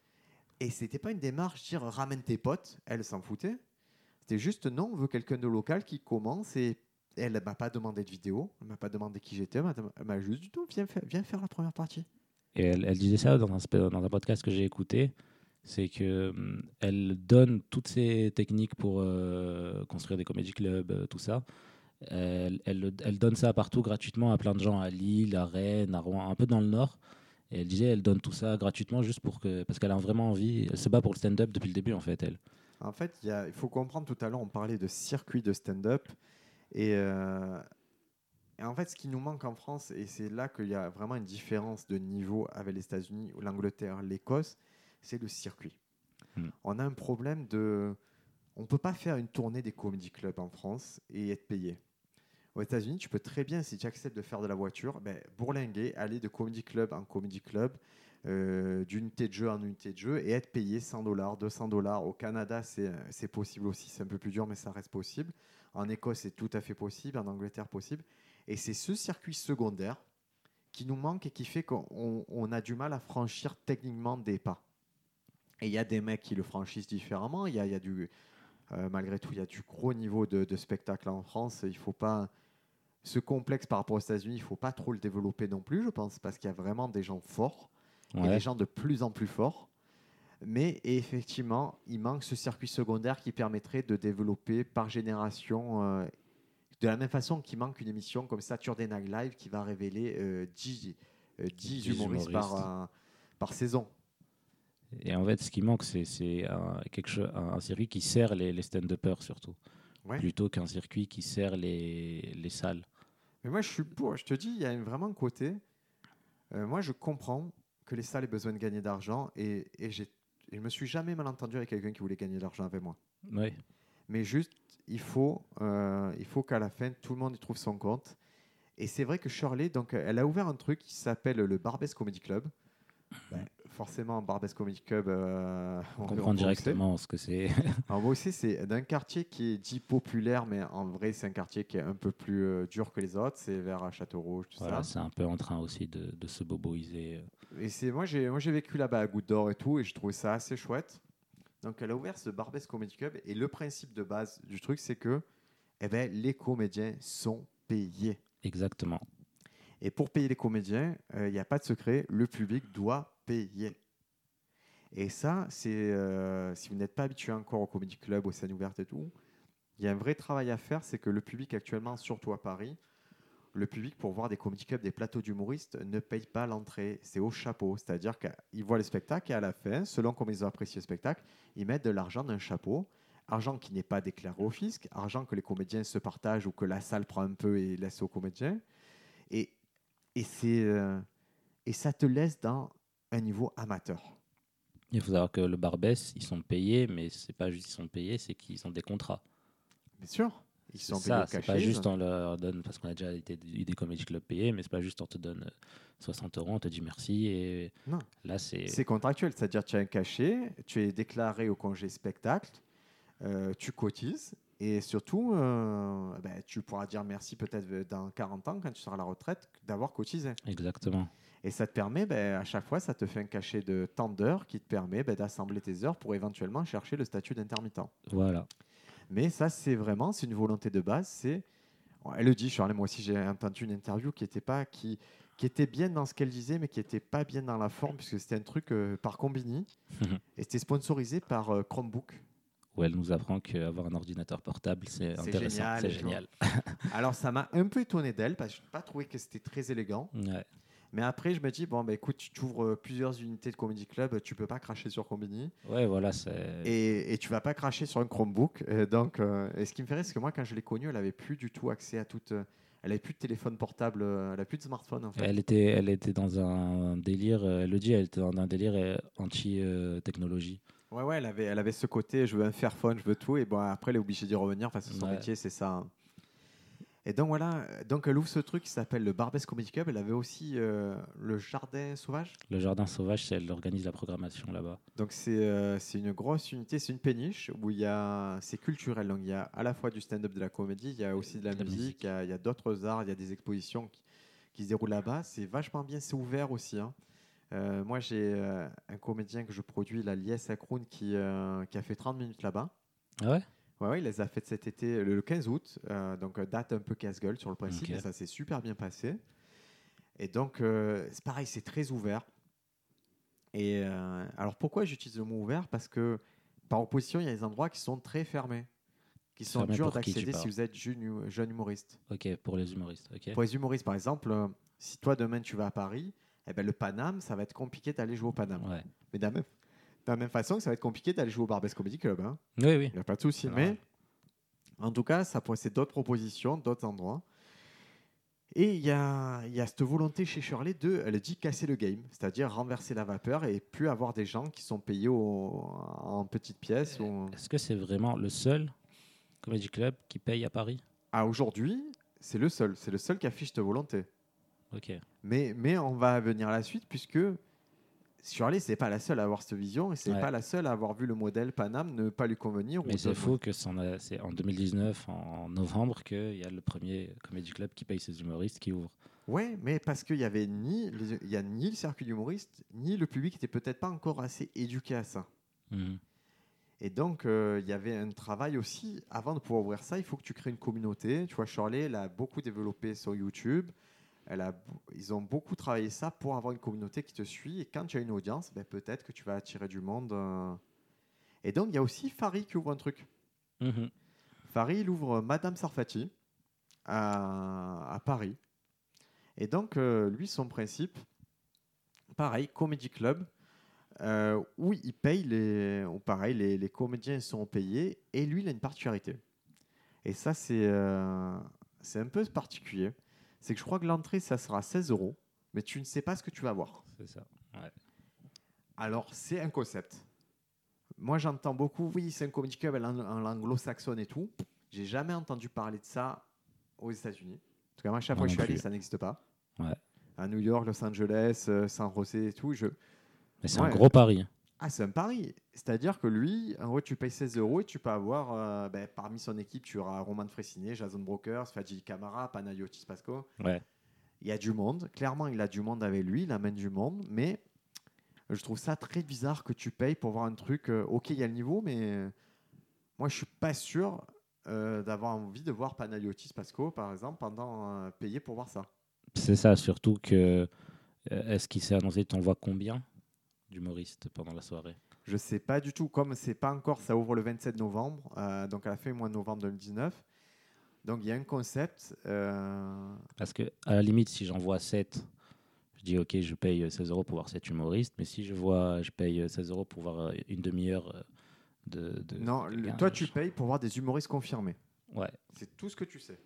S1: Et c'était pas une démarche dire ramène tes potes, elle s'en foutait. C'était juste non, on veut quelqu'un de local qui commence et elle ne m'a pas demandé de vidéo, elle m'a pas demandé qui j'étais, elle m'a dem- elle m'a juste dit non, viens, faire- viens faire la première partie.
S2: Et elle, elle disait ça dans un, spe- dans un podcast que j'ai écouté, c'est que hum, elle donne toutes ses techniques pour euh, construire des comédie clubs, euh, tout ça. Elle, elle, le- elle donne ça partout gratuitement à plein de gens, à Lille, à Rennes, à Rouen, un peu dans le Nord. Et elle disait, elle donne tout ça gratuitement juste pour que, parce qu'elle a vraiment envie. Elle se bat pour le stand-up depuis le début, en fait, elle.
S1: En fait, il y a- il faut comprendre, tout à l'heure, on parlait de circuit de stand-up. Et, euh, et en fait, ce qui nous manque en France, et c'est là qu'il y a vraiment une différence de niveau avec les États-Unis, l'Angleterre, l'Écosse, c'est le circuit.
S2: Mm.
S1: On a un problème de... On ne peut pas faire une tournée des comedy clubs en France et être payé. Aux États-Unis, tu peux très bien, si tu acceptes de faire de la voiture, ben, bourlinguer, aller de comedy club en comedy club, euh, d'unité de jeu en unité de jeu et être payé cent dollars, deux cents dollars. Au Canada, c'est, c'est possible aussi. C'est un peu plus dur, mais ça reste possible. En Écosse, c'est tout à fait possible. En Angleterre, possible. Et c'est ce circuit secondaire qui nous manque et qui fait qu'on on a du mal à franchir techniquement des pas. Et il y a des mecs qui le franchissent différemment. Il y a, il y a du, euh, malgré tout, il y a du gros niveau de, de spectacle en France. Il ne faut pas ce complexe par rapport aux États-Unis, il ne faut pas trop le développer non plus, je pense, parce qu'il y a vraiment des gens forts et des
S2: Ouais.
S1: gens de plus en plus forts. Mais effectivement, il manque ce circuit secondaire qui permettrait de développer par génération, euh, de la même façon qu'il manque une émission comme Saturday Night Live qui va révéler euh, dix, euh, dix
S2: dix
S1: humoristes, par,
S2: humoristes.
S1: euh, par saison.
S2: Et en fait, ce qui manque, c'est c'est un, quelque chose, un, un circuit qui sert les, les stand-uppers surtout,
S1: Ouais.
S2: plutôt qu'un circuit qui sert les, les salles.
S1: Mais moi, je suis pour. Je te dis, il y a vraiment un côté. Euh, moi, je comprends que les salles aient besoin de gagner d'argent et, et j'ai, et je me suis jamais mal entendu avec quelqu'un qui voulait gagner de l'argent avec moi.
S2: Ouais.
S1: Mais juste, il faut, euh, il faut qu'à la fin, tout le monde y trouve son compte. Et c'est vrai que Shirley, donc, elle a ouvert un truc qui s'appelle le Barbès Comedy Club. Ben, forcément, Barbès Comedy Club, euh,
S2: On
S1: on,
S2: comprend
S1: on va où c'est.
S2: directement ce que c'est.
S1: Alors, on va où c'est, c'est d'un quartier qui est dit populaire, mais en vrai, c'est un quartier qui est un peu plus euh, dur que les autres. C'est vers Château-Rouge, tout
S2: Voilà,
S1: ça.
S2: c'est un peu en train aussi de, de se boboiser.
S1: Et c'est, moi, j'ai, moi, j'ai vécu là-bas à Goutte d'Or et tout, et je trouvais ça assez chouette. Donc, elle a ouvert ce Barbès Comedy Club, et le principe de base du truc, c'est que eh ben, les comédiens sont payés.
S2: Exactement.
S1: Et pour payer les comédiens, il n'y a pas de secret, le public doit payer. Et ça, c'est euh, si vous n'êtes pas habitué encore au comedy club, aux scènes ouvertes et tout, il y a un vrai travail à faire, c'est que le public actuellement, surtout à Paris, le public pour voir des comedy clubs, des plateaux d'humoristes, ne paye pas l'entrée, c'est au chapeau. C'est-à-dire qu'ils voient le spectacle et à la fin, selon comment ils ont apprécié le spectacle, ils mettent de l'argent dans un chapeau, argent qui n'est pas déclaré au fisc, argent que les comédiens se partagent ou que la salle prend un peu et laisse aux comédiens. Et, et, c'est, euh, et ça te laisse dans un niveau amateur.
S2: Il faut savoir que le Barbès, ils sont payés, mais c'est pas juste qu'ils sont payés, c'est qu'ils ont des contrats.
S1: Bien sûr. Ils sont
S2: C'est
S1: payés
S2: ça,
S1: au
S2: c'est
S1: cachet.
S2: pas
S1: ils
S2: juste
S1: ont-
S2: on leur donne, parce qu'on a déjà été, eu des comedy clubs payés, mais c'est pas juste on te donne euh, soixante euros, on te dit merci, et
S1: Non,
S2: là c'est.
S1: c'est contractuel, c'est-à-dire tu as un cachet, tu es déclaré au congé spectacle, euh, tu cotises et surtout, euh, ben, tu pourras dire merci peut-être dans quarante ans quand tu seras à la retraite d'avoir cotisé.
S2: Exactement.
S1: Et ça te permet, ben, à chaque fois, ça te fait un cachet de temps d'heures qui te permet ben, d'assembler tes heures pour éventuellement chercher le statut d'intermittent.
S2: Voilà.
S1: Mais ça, c'est vraiment, c'est une volonté de base. C'est, elle le dit, Charlie, moi aussi, j'ai entendu une interview qui était pas, qui, qui était bien dans ce qu'elle disait, mais qui était pas bien dans la forme, puisque c'était un truc euh, par Combini, et c'était sponsorisé par euh, Chromebook.
S2: Où elle nous apprend qu'avoir un ordinateur portable, c'est
S1: C'est
S2: intéressant,
S1: génial.
S2: c'est
S1: et tout.
S2: génial.
S1: Alors, ça m'a un peu étonné d'elle, parce que je n'ai pas trouvé que c'était très élégant.
S2: Ouais.
S1: Mais après, je me dis, bon, bah, écoute, tu ouvres euh, plusieurs unités de Comedy Club, tu peux pas cracher sur Combini.
S2: Ouais, voilà, c'est.
S1: Et, et tu vas pas cracher sur un Chromebook. Euh, donc, euh, et ce qui me fait rire, c'est que moi, quand je l'ai connue, elle avait plus du tout accès à toute. euh, elle avait plus de téléphone portable, euh, elle a plus de smartphone en fait.
S2: Elle était, elle était dans un délire, euh, elle le dit, elle était dans un délire euh, anti-technologie.
S1: Ouais, ouais, elle avait, elle avait ce côté, je veux un Fairphone, je veux tout. Et bon, après, elle est obligée d'y revenir parce que son
S2: Ouais.
S1: métier, c'est ça. hein. Et donc voilà, donc elle ouvre ce truc qui s'appelle le Barbès Comedy Club. Elle avait aussi euh, le Jardin Sauvage.
S2: Le Jardin Sauvage, c'est elle organise la programmation là-bas.
S1: Donc c'est euh, c'est une grosse unité, c'est une péniche où il y a, c'est culturel. Donc il y a à la fois du stand-up, de la comédie, il y a aussi de la,
S2: De la
S1: musique,
S2: musique.
S1: il y a, il y a d'autres arts, il y a des expositions qui, qui se déroulent là-bas. C'est vachement bien, c'est ouvert aussi. hein. Euh, moi j'ai euh, un comédien que je produis, la Lies Akroun, qui, euh, qui a fait trente minutes là-bas.
S2: Ah ouais.
S1: Ouais, ouais, il les a faites cet été, le le quinze août, euh, donc euh, date un peu casse-gueule sur le principe,
S2: Ok.
S1: mais ça s'est super bien passé. Et donc, euh, c'est pareil, c'est très ouvert. Et euh, alors, pourquoi j'utilise le mot ouvert? Parce que, par opposition, il y a des endroits qui sont très fermés, qui sont
S2: Fermé
S1: durs
S2: pour qui tu
S1: d'accéder si
S2: parles?
S1: vous êtes jeune, jeune humoriste.
S2: Ok, pour les humoristes. Ok.
S1: Pour les humoristes, par exemple, euh, si toi, demain, tu vas à Paris, eh ben, le Paname, ça va être compliqué d'aller jouer au Paname.
S2: Ouais.
S1: Mais de la même, de la même façon que ça va être compliqué d'aller jouer au Barbès Comedy Club. hein.
S2: Oui, oui.
S1: Il n'y a pas de souci.
S2: C'est
S1: Mais
S2: normal.
S1: en tout cas, ça pourrait être d'autres propositions, d'autres endroits. Et il y a, il y a cette volonté chez Shirley de, elle dit, casser le game, c'est-à-dire renverser la vapeur et plus avoir des gens qui sont payés au- en petites pièces. Ou...
S2: Est-ce que c'est vraiment le seul comedy club qui paye à Paris?
S1: Ah, aujourd'hui, c'est le seul, c'est le seul qui affiche cette volonté.
S2: Ok.
S1: Mais, mais on va venir à la suite puisque Shirley, c'est pas la seule à avoir cette vision et c'est
S2: Ouais.
S1: pas la seule à avoir vu le modèle Paname ne pas lui convenir.
S2: Mais
S1: ou
S2: c'est
S1: de-
S2: fou que c'en a- c'est en deux mille dix-neuf, en novembre, qu'il y a le premier comedy club qui paye ses humoristes qui ouvre.
S1: Ouais, mais parce qu'il y avait ni, les- il y a ni le circuit d'humoriste, ni le public était peut-être pas encore assez éduqué à ça.
S2: Mhm.
S1: Et donc, euh, il y avait un travail aussi, avant de pouvoir ouvrir ça, il faut que tu crées une communauté. Tu vois, Shirley, elle a beaucoup développé sur YouTube. Elle a, ils ont beaucoup travaillé ça pour avoir une communauté qui te suit. Et quand tu as une audience, ben, peut-être que tu vas attirer du monde. euh. Et donc, il y a aussi Farid qui ouvre un truc.
S2: Mhm.
S1: Farid, il ouvre Madame Sarfati à, à Paris. Et donc, euh, lui, son principe, pareil, Comedy Club, euh, où il paye les, où pareil, les, les comédiens sont payés, et lui, il a une particularité. Et ça, c'est euh, c'est un peu particulier. C'est que je crois que l'entrée, ça sera seize euros, mais tu ne sais pas ce que tu vas voir.
S2: C'est ça. Ouais.
S1: Alors, c'est un concept. Moi, j'entends beaucoup, oui, c'est un comedy club en, en anglo-saxonne et tout. J'ai jamais entendu parler de ça aux États-Unis. En tout cas, moi, à chaque
S2: Moi
S1: fois que je
S2: non
S1: suis allé,
S2: plus.
S1: ça n'existe pas.
S2: Ouais.
S1: À New York, Los Angeles, euh, San José et tout, je...
S2: Mais c'est
S1: Ouais.
S2: un gros pari.
S1: Ah, c'est un pari. C'est-à-dire que lui, en gros, tu payes seize euros et tu peux avoir, euh, ben, parmi son équipe, tu auras Roman Fressinet, Jason Brokers, Fadji Camara, Panayotis Pasco.
S2: Ouais.
S1: Il y a du monde. Clairement, il a du monde avec lui, il amène du monde, mais je trouve ça très bizarre que tu payes pour voir un truc. euh, ok, il y a le niveau, mais euh, moi, je suis pas sûr euh, d'avoir envie de voir Panayotis Pasco, par exemple, pendant euh, payer pour voir ça.
S2: C'est ça, surtout que. euh, Est-ce qu'il s'est annoncé, t'en vois combien d'humoristes pendant la soirée?
S1: Je sais pas du tout, comme c'est pas encore, ça ouvre le vingt-sept novembre, euh, donc à la fin du mois de novembre deux mille dix-neuf. Donc il y a un concept. euh,
S2: Parce que, à la limite, si j'en vois sept, je dis ok, je paye seize euros pour voir sept humoristes. Mais si je vois, je paye seize euros pour voir euh, une demi-heure euh, de. de
S1: non,
S2: de
S1: le-
S2: gars,
S1: toi tu
S2: je-
S1: payes pour voir des humoristes confirmés.
S2: Ouais.
S1: C'est tout ce que tu sais.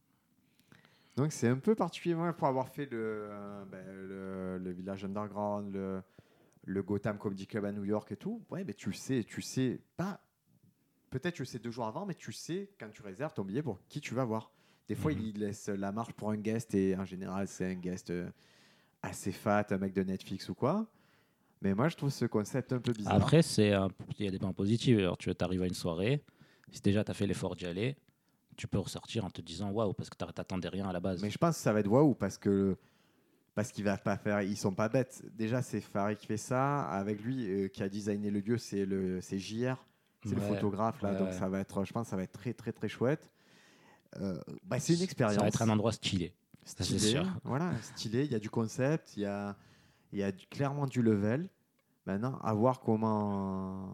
S1: Donc c'est un peu particulier moi, pour avoir fait le, euh, ben, le, le Village Underground, le, le Gotham Comedy Club à New York et tout. Ouais, mais tu sais, tu sais pas peut-être tu le sais deux jours avant, mais tu sais quand tu réserves ton billet pour qui tu vas voir. Des fois,
S2: Mhm.
S1: ils laissent la marge pour un guest et en général, c'est un guest euh, assez fat, un mec de Netflix ou quoi. Mais moi, je trouve ce concept un peu bizarre.
S2: Après, c'est un- il y a des points positifs. Alors, tu arrives à une soirée, si déjà tu as fait l'effort d'y aller, tu peux ressortir en te disant waouh, parce que tu t'attendais rien à la base.
S1: Mais je pense que ça va être waouh parce que parce qu'il va pas faire, ils sont pas bêtes. Déjà, c'est Farid qui fait ça. Avec lui, euh, qui a designé le lieu, c'est le, c'est J R, c'est le
S2: Ouais,
S1: photographe là.
S2: ouais,
S1: Donc
S2: ouais.
S1: ça va être, je pense, que ça va être très très très chouette. Euh, bah, c'est une
S2: Ça va être un
S1: expérience
S2: endroit stylé, ça c'est
S1: stylée,
S2: sûr.
S1: voilà, stylé. Il y a du concept, il y a, il y a du- clairement du level. Maintenant, à voir comment.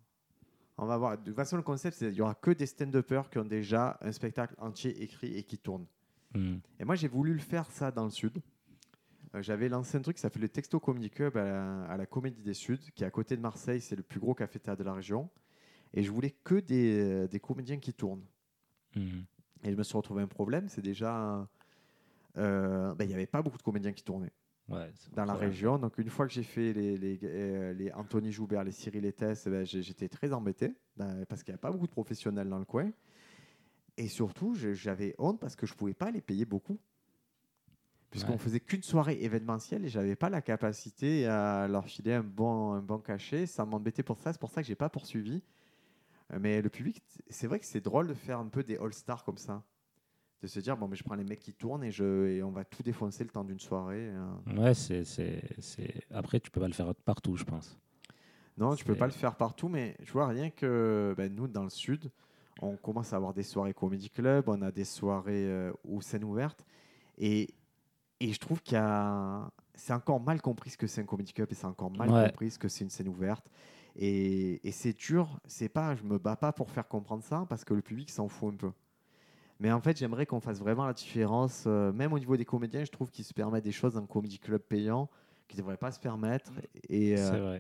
S1: On va voir. De toute façon, le concept, c'est qu'il y aura que des stand-uppers qui ont déjà un spectacle entier écrit et qui tournent.
S2: Hmm.
S1: Et moi, j'ai voulu le faire ça dans le sud. Euh, J'avais lancé un truc qui s'appelle le Texto Comedy Club à la, à la Comédie des Suds, qui est à côté de Marseille. C'est le plus gros café-théâtre de la région. Et je voulais que des, euh, des comédiens qui tournent.
S2: Hmm.
S1: Et je me suis retrouvé un problème. C'est déjà. euh, ben, il n'y avait pas beaucoup de comédiens qui tournaient
S2: Ouais, c'est un
S1: dans la
S2: problème.
S1: région. Donc, une fois que j'ai fait les, les, euh, les Anthony Joubert, les Cyril Etes, ben, j'ai- j'étais très embêté ben, parce qu'il n'y a pas beaucoup de professionnels dans le coin. Et surtout, je- j'avais honte parce que je ne pouvais pas les payer beaucoup. Puisqu'on
S2: Ouais.
S1: faisait qu'une soirée événementielle et j'avais pas la capacité à leur filer un bon, un bon cachet. Ça m'embêtait pour ça, c'est pour ça que j'ai pas poursuivi. Euh, Mais le public, c'est vrai que c'est drôle de faire un peu des all-stars comme ça. De se dire, bon, mais je prends les mecs qui tournent et, je, et on va tout défoncer le temps d'une soirée. euh.
S2: Ouais, c'est, c'est, c'est... Après, tu peux pas le faire partout, je pense.
S1: Non, tu peux pas le
S2: C'est...
S1: faire partout, mais je vois rien que ben, nous, dans le Sud, on commence à avoir des soirées comedy club, on a des soirées euh, aux scènes ouvertes. Et, et je trouve qu'il y a. C'est encore mal compris ce que c'est un comedy club et c'est encore mal
S2: Ouais,
S1: compris ce que c'est une scène ouverte. Et, et c'est dur, c'est pas, je me bats pas pour faire comprendre ça parce que le public s'en fout un peu. Mais en fait, j'aimerais qu'on fasse vraiment la différence, euh, même au niveau des comédiens, je trouve qu'ils se permettent des choses dans un comedy club payant qu'ils ne devraient pas se permettre. Et, euh,
S2: c'est vrai.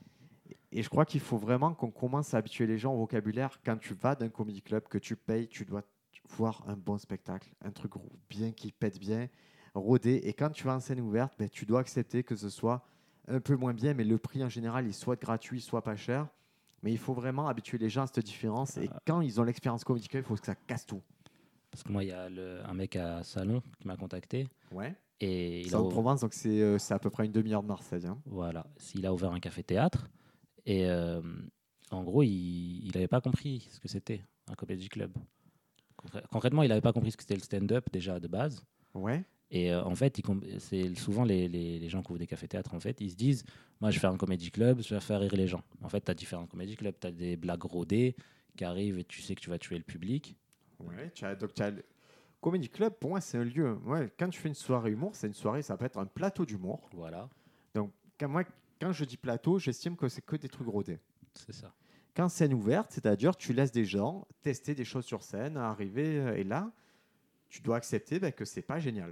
S1: et je crois qu'il faut vraiment qu'on commence à habituer les gens au vocabulaire. Quand tu vas d'un comedy club, que tu payes, tu dois voir un bon spectacle, un truc bien qui pète bien, rodé. Et quand tu vas en scène ouverte, ben, tu dois accepter que ce soit un peu moins bien, mais le prix en général, il soit gratuit, soit pas cher. Mais il faut vraiment habituer les gens à cette différence. Et quand ils ont l'expérience comedy club, il faut que ça casse tout.
S2: Parce que moi, il y a le- un mec à Salon qui m'a contacté
S1: Ouais.
S2: et il
S1: C'est
S2: a,
S1: en
S2: ou-
S1: Provence, donc c'est euh, c'est à peu près une demi-heure de Marseille. Hein.
S2: voilà, il a ouvert un café-théâtre et euh, en gros, il n'avait pas compris ce que c'était un comedy club. Concrè- Concrètement, il n'avait pas compris ce que c'était le stand-up déjà de base.
S1: Ouais.
S2: Et euh, en fait, il com- c'est souvent les, les, les gens qui ouvrent des cafés-théâtres, en fait, ils se disent, moi, je vais faire un comedy club, je vais faire rire les gens. En fait, tu as différents comedy clubs, tu as des blagues rodées qui arrivent et tu sais que tu vas tuer le public.
S1: Ouais. Tu as, donc tu as le- Comedy Club, pour moi, c'est un lieu. Ouais, quand tu fais une soirée humour, c'est une soirée, ça peut être un plateau d'humour.
S2: Voilà,
S1: Donc, quand, moi, quand je dis plateau, j'estime que c'est que des trucs rodés.
S2: c'est ça.
S1: Quand scène ouverte, c'est-à-dire tu laisses des gens tester des choses sur scène, arriver, euh, et là, tu dois accepter ben, que c'est pas génial.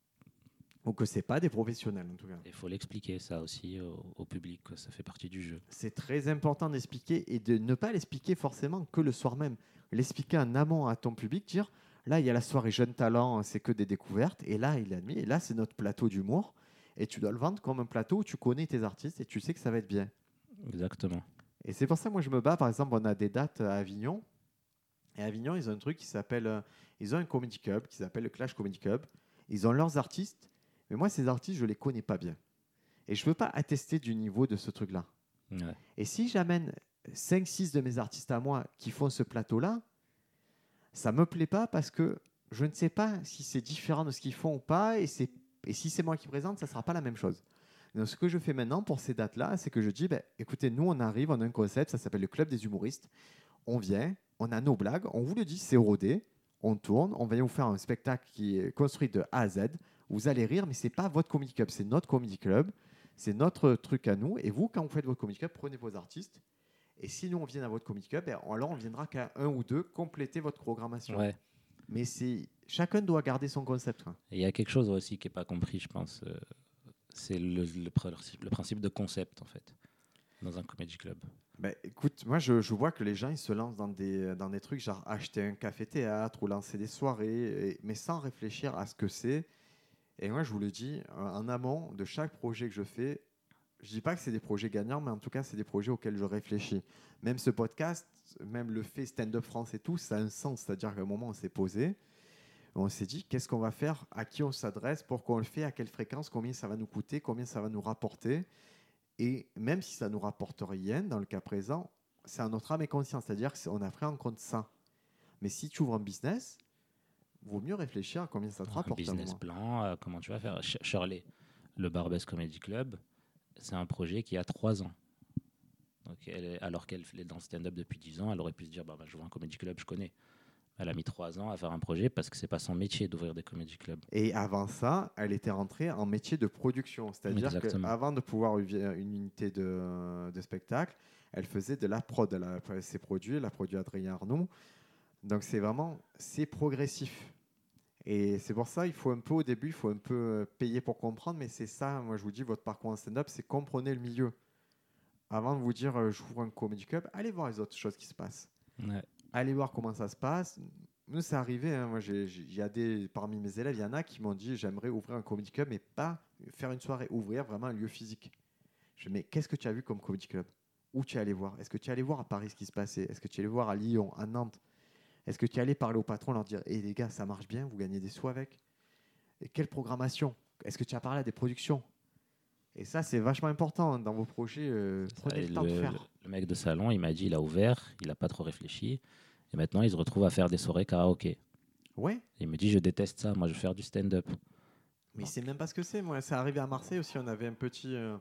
S1: Ou que c'est pas des professionnels, en tout cas.
S2: Il faut l'expliquer, ça aussi, au, au public, quoi. Ça fait partie du jeu.
S1: C'est très important d'expliquer et de ne pas l'expliquer forcément que le soir même. L'expliquer en amont à ton public, dire là, il y a la soirée Jeune Talent, c'est que des découvertes, et là, il est admis, et là, c'est notre plateau d'humour, et tu dois le vendre comme un plateau où tu connais tes artistes et tu sais que ça va être bien.
S2: Exactement.
S1: Et c'est pour ça que moi, je me bats. Par exemple, on a des dates à Avignon, et à Avignon, ils ont un truc qui s'appelle. euh, ils ont un comedy club qui s'appelle le Clash Comedy Club. Ils ont leurs artistes, mais moi, ces artistes, je les connais pas bien. Et je ne veux pas attester du niveau de ce truc-là.
S2: Ouais.
S1: Et si j'amène cinq six de mes artistes à moi qui font ce plateau-là, ça ne me plaît pas parce que je ne sais pas si c'est différent de ce qu'ils font ou pas. Et, c'est- et si c'est moi qui présente, ça ne sera pas la même chose. Donc, ce que je fais maintenant pour ces dates-là, c'est que je dis, ben, écoutez, nous, on arrive, on a un concept, ça s'appelle le Club des humoristes. On vient, on a nos blagues, on vous le dit, c'est rodé, on tourne, on vient vous faire un spectacle qui est construit de A à Z. Vous allez rire, mais ce n'est pas votre comedy club, c'est notre comedy club. C'est notre truc à nous. Et vous, quand vous faites votre comedy club, prenez vos artistes. Et si nous, on vient à votre comedy club, ben, alors on viendra qu'à un ou deux compléter votre programmation.
S2: Ouais.
S1: Mais c'est chacun doit garder son concept. Quoi.
S2: Et il y a quelque chose aussi qui n'est pas compris, je pense. euh, c'est le, le principe, le principe de concept, en fait, dans un comedy club.
S1: Ben, écoute, moi, je, je vois que les gens, ils se lancent dans des, dans des trucs genre acheter un café-théâtre ou lancer des soirées, et- mais sans réfléchir à ce que c'est. Et moi, je vous le dis, en amont de chaque projet que je fais, je dis pas que c'est des projets gagnants, mais en tout cas, c'est des projets auxquels je réfléchis. Même ce podcast, même le fait Stand Up France et tout, ça a un sens. C'est-à-dire qu'à un moment, on s'est posé, on s'est dit, qu'est-ce qu'on va faire, à qui on s'adresse, pourquoi on le fait, à quelle fréquence, combien ça va nous coûter, combien ça va nous rapporter. Et même si ça nous rapporte rien, dans le cas présent, c'est à notre âme et conscience. C'est-à-dire qu'on a pris en compte ça. Mais si tu ouvres un business, il vaut mieux réfléchir à combien ça te
S2: Un
S1: rapporte.
S2: business plan, euh, comment tu vas faire. Sh- Shirley, le Barbès Comedy Club, c'est un projet qui a trois ans. Donc elle est- alors qu'elle est dans le stand-up depuis dix ans, elle aurait pu se dire bah, bah, je vois un comedy club, je connais. Elle a mis trois ans à faire un projet parce que c'est pas son métier d'ouvrir des comedy clubs.
S1: Et avant ça, elle était rentrée en métier de production. C'est-à-dire
S2: Exactement.
S1: qu'avant de pouvoir ouvrir une unité de, de spectacle, elle faisait de la prod. Elle a fait ses produits, elle a produit Adrien Arnaud. Donc c'est vraiment, c'est progressif. Et c'est pour ça, il faut un peu au début, il faut un peu payer pour comprendre. Mais c'est ça, moi je vous dis, votre parcours en stand-up, c'est comprenez le milieu. Avant de vous dire, euh, j'ouvre un comedy club, allez voir les autres choses qui se passent.
S2: Ouais.
S1: Allez voir comment ça se passe. Nous, c'est arrivé. Hein, moi, j'ai, j'ai, il y a des, parmi mes élèves, il y en a qui m'ont dit j'aimerais ouvrir un comedy club, mais pas faire une soirée, ouvrir vraiment un lieu physique. Je dis mais qu'est-ce que tu as vu comme comedy club? Où tu es allé voir? Est-ce que tu es allé voir à Paris ce qui se passait? Est-ce que tu es allé voir à Lyon, à Nantes? Est-ce que tu es allé parler au patron, leur dire hé hey, les gars, ça marche bien, vous gagnez des sous avec? Et quelle programmation? Est-ce que tu as parlé à des productions? Et ça, c'est vachement important hein, dans vos projets. Euh, prenez
S2: Ça,
S1: le temps
S2: le,
S1: de faire.
S2: le mec de salon, il m'a dit il a ouvert, il n'a pas trop réfléchi. Et maintenant, il se retrouve à faire des soirées karaoké.
S1: Ouais.
S2: Il me dit je déteste ça, moi je veux faire du stand-up.
S1: Mais il sait même pas ce que c'est. Moi, c'est arrivé à Marseille aussi. On avait un petit. Euh...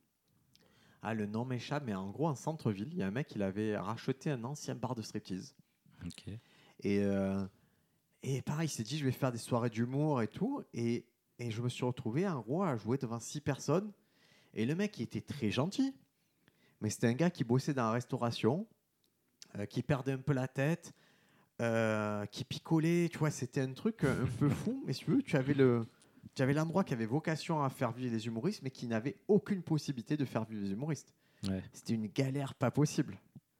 S1: Ah, le nom m'échappe, mais en gros, en centre-ville, il y a un mec qui avait racheté un ancien bar de striptease.
S2: Ok.
S1: Et, euh... et pareil, il s'est dit je vais faire des soirées d'humour et tout. Et, et je me suis retrouvé en gros à jouer devant six personnes. Et le mec, il était très gentil. Mais c'était un gars qui bossait dans la restauration, euh, qui perdait un peu la tête, euh, qui picolait. Tu vois, c'était un truc un peu fou. Mais si tu veux, tu avais le. Tu avais l'endroit qui avait vocation à faire vivre les humoristes, mais qui n'avait aucune possibilité de faire vivre les humoristes.
S2: Ouais.
S1: C'était une galère pas possible.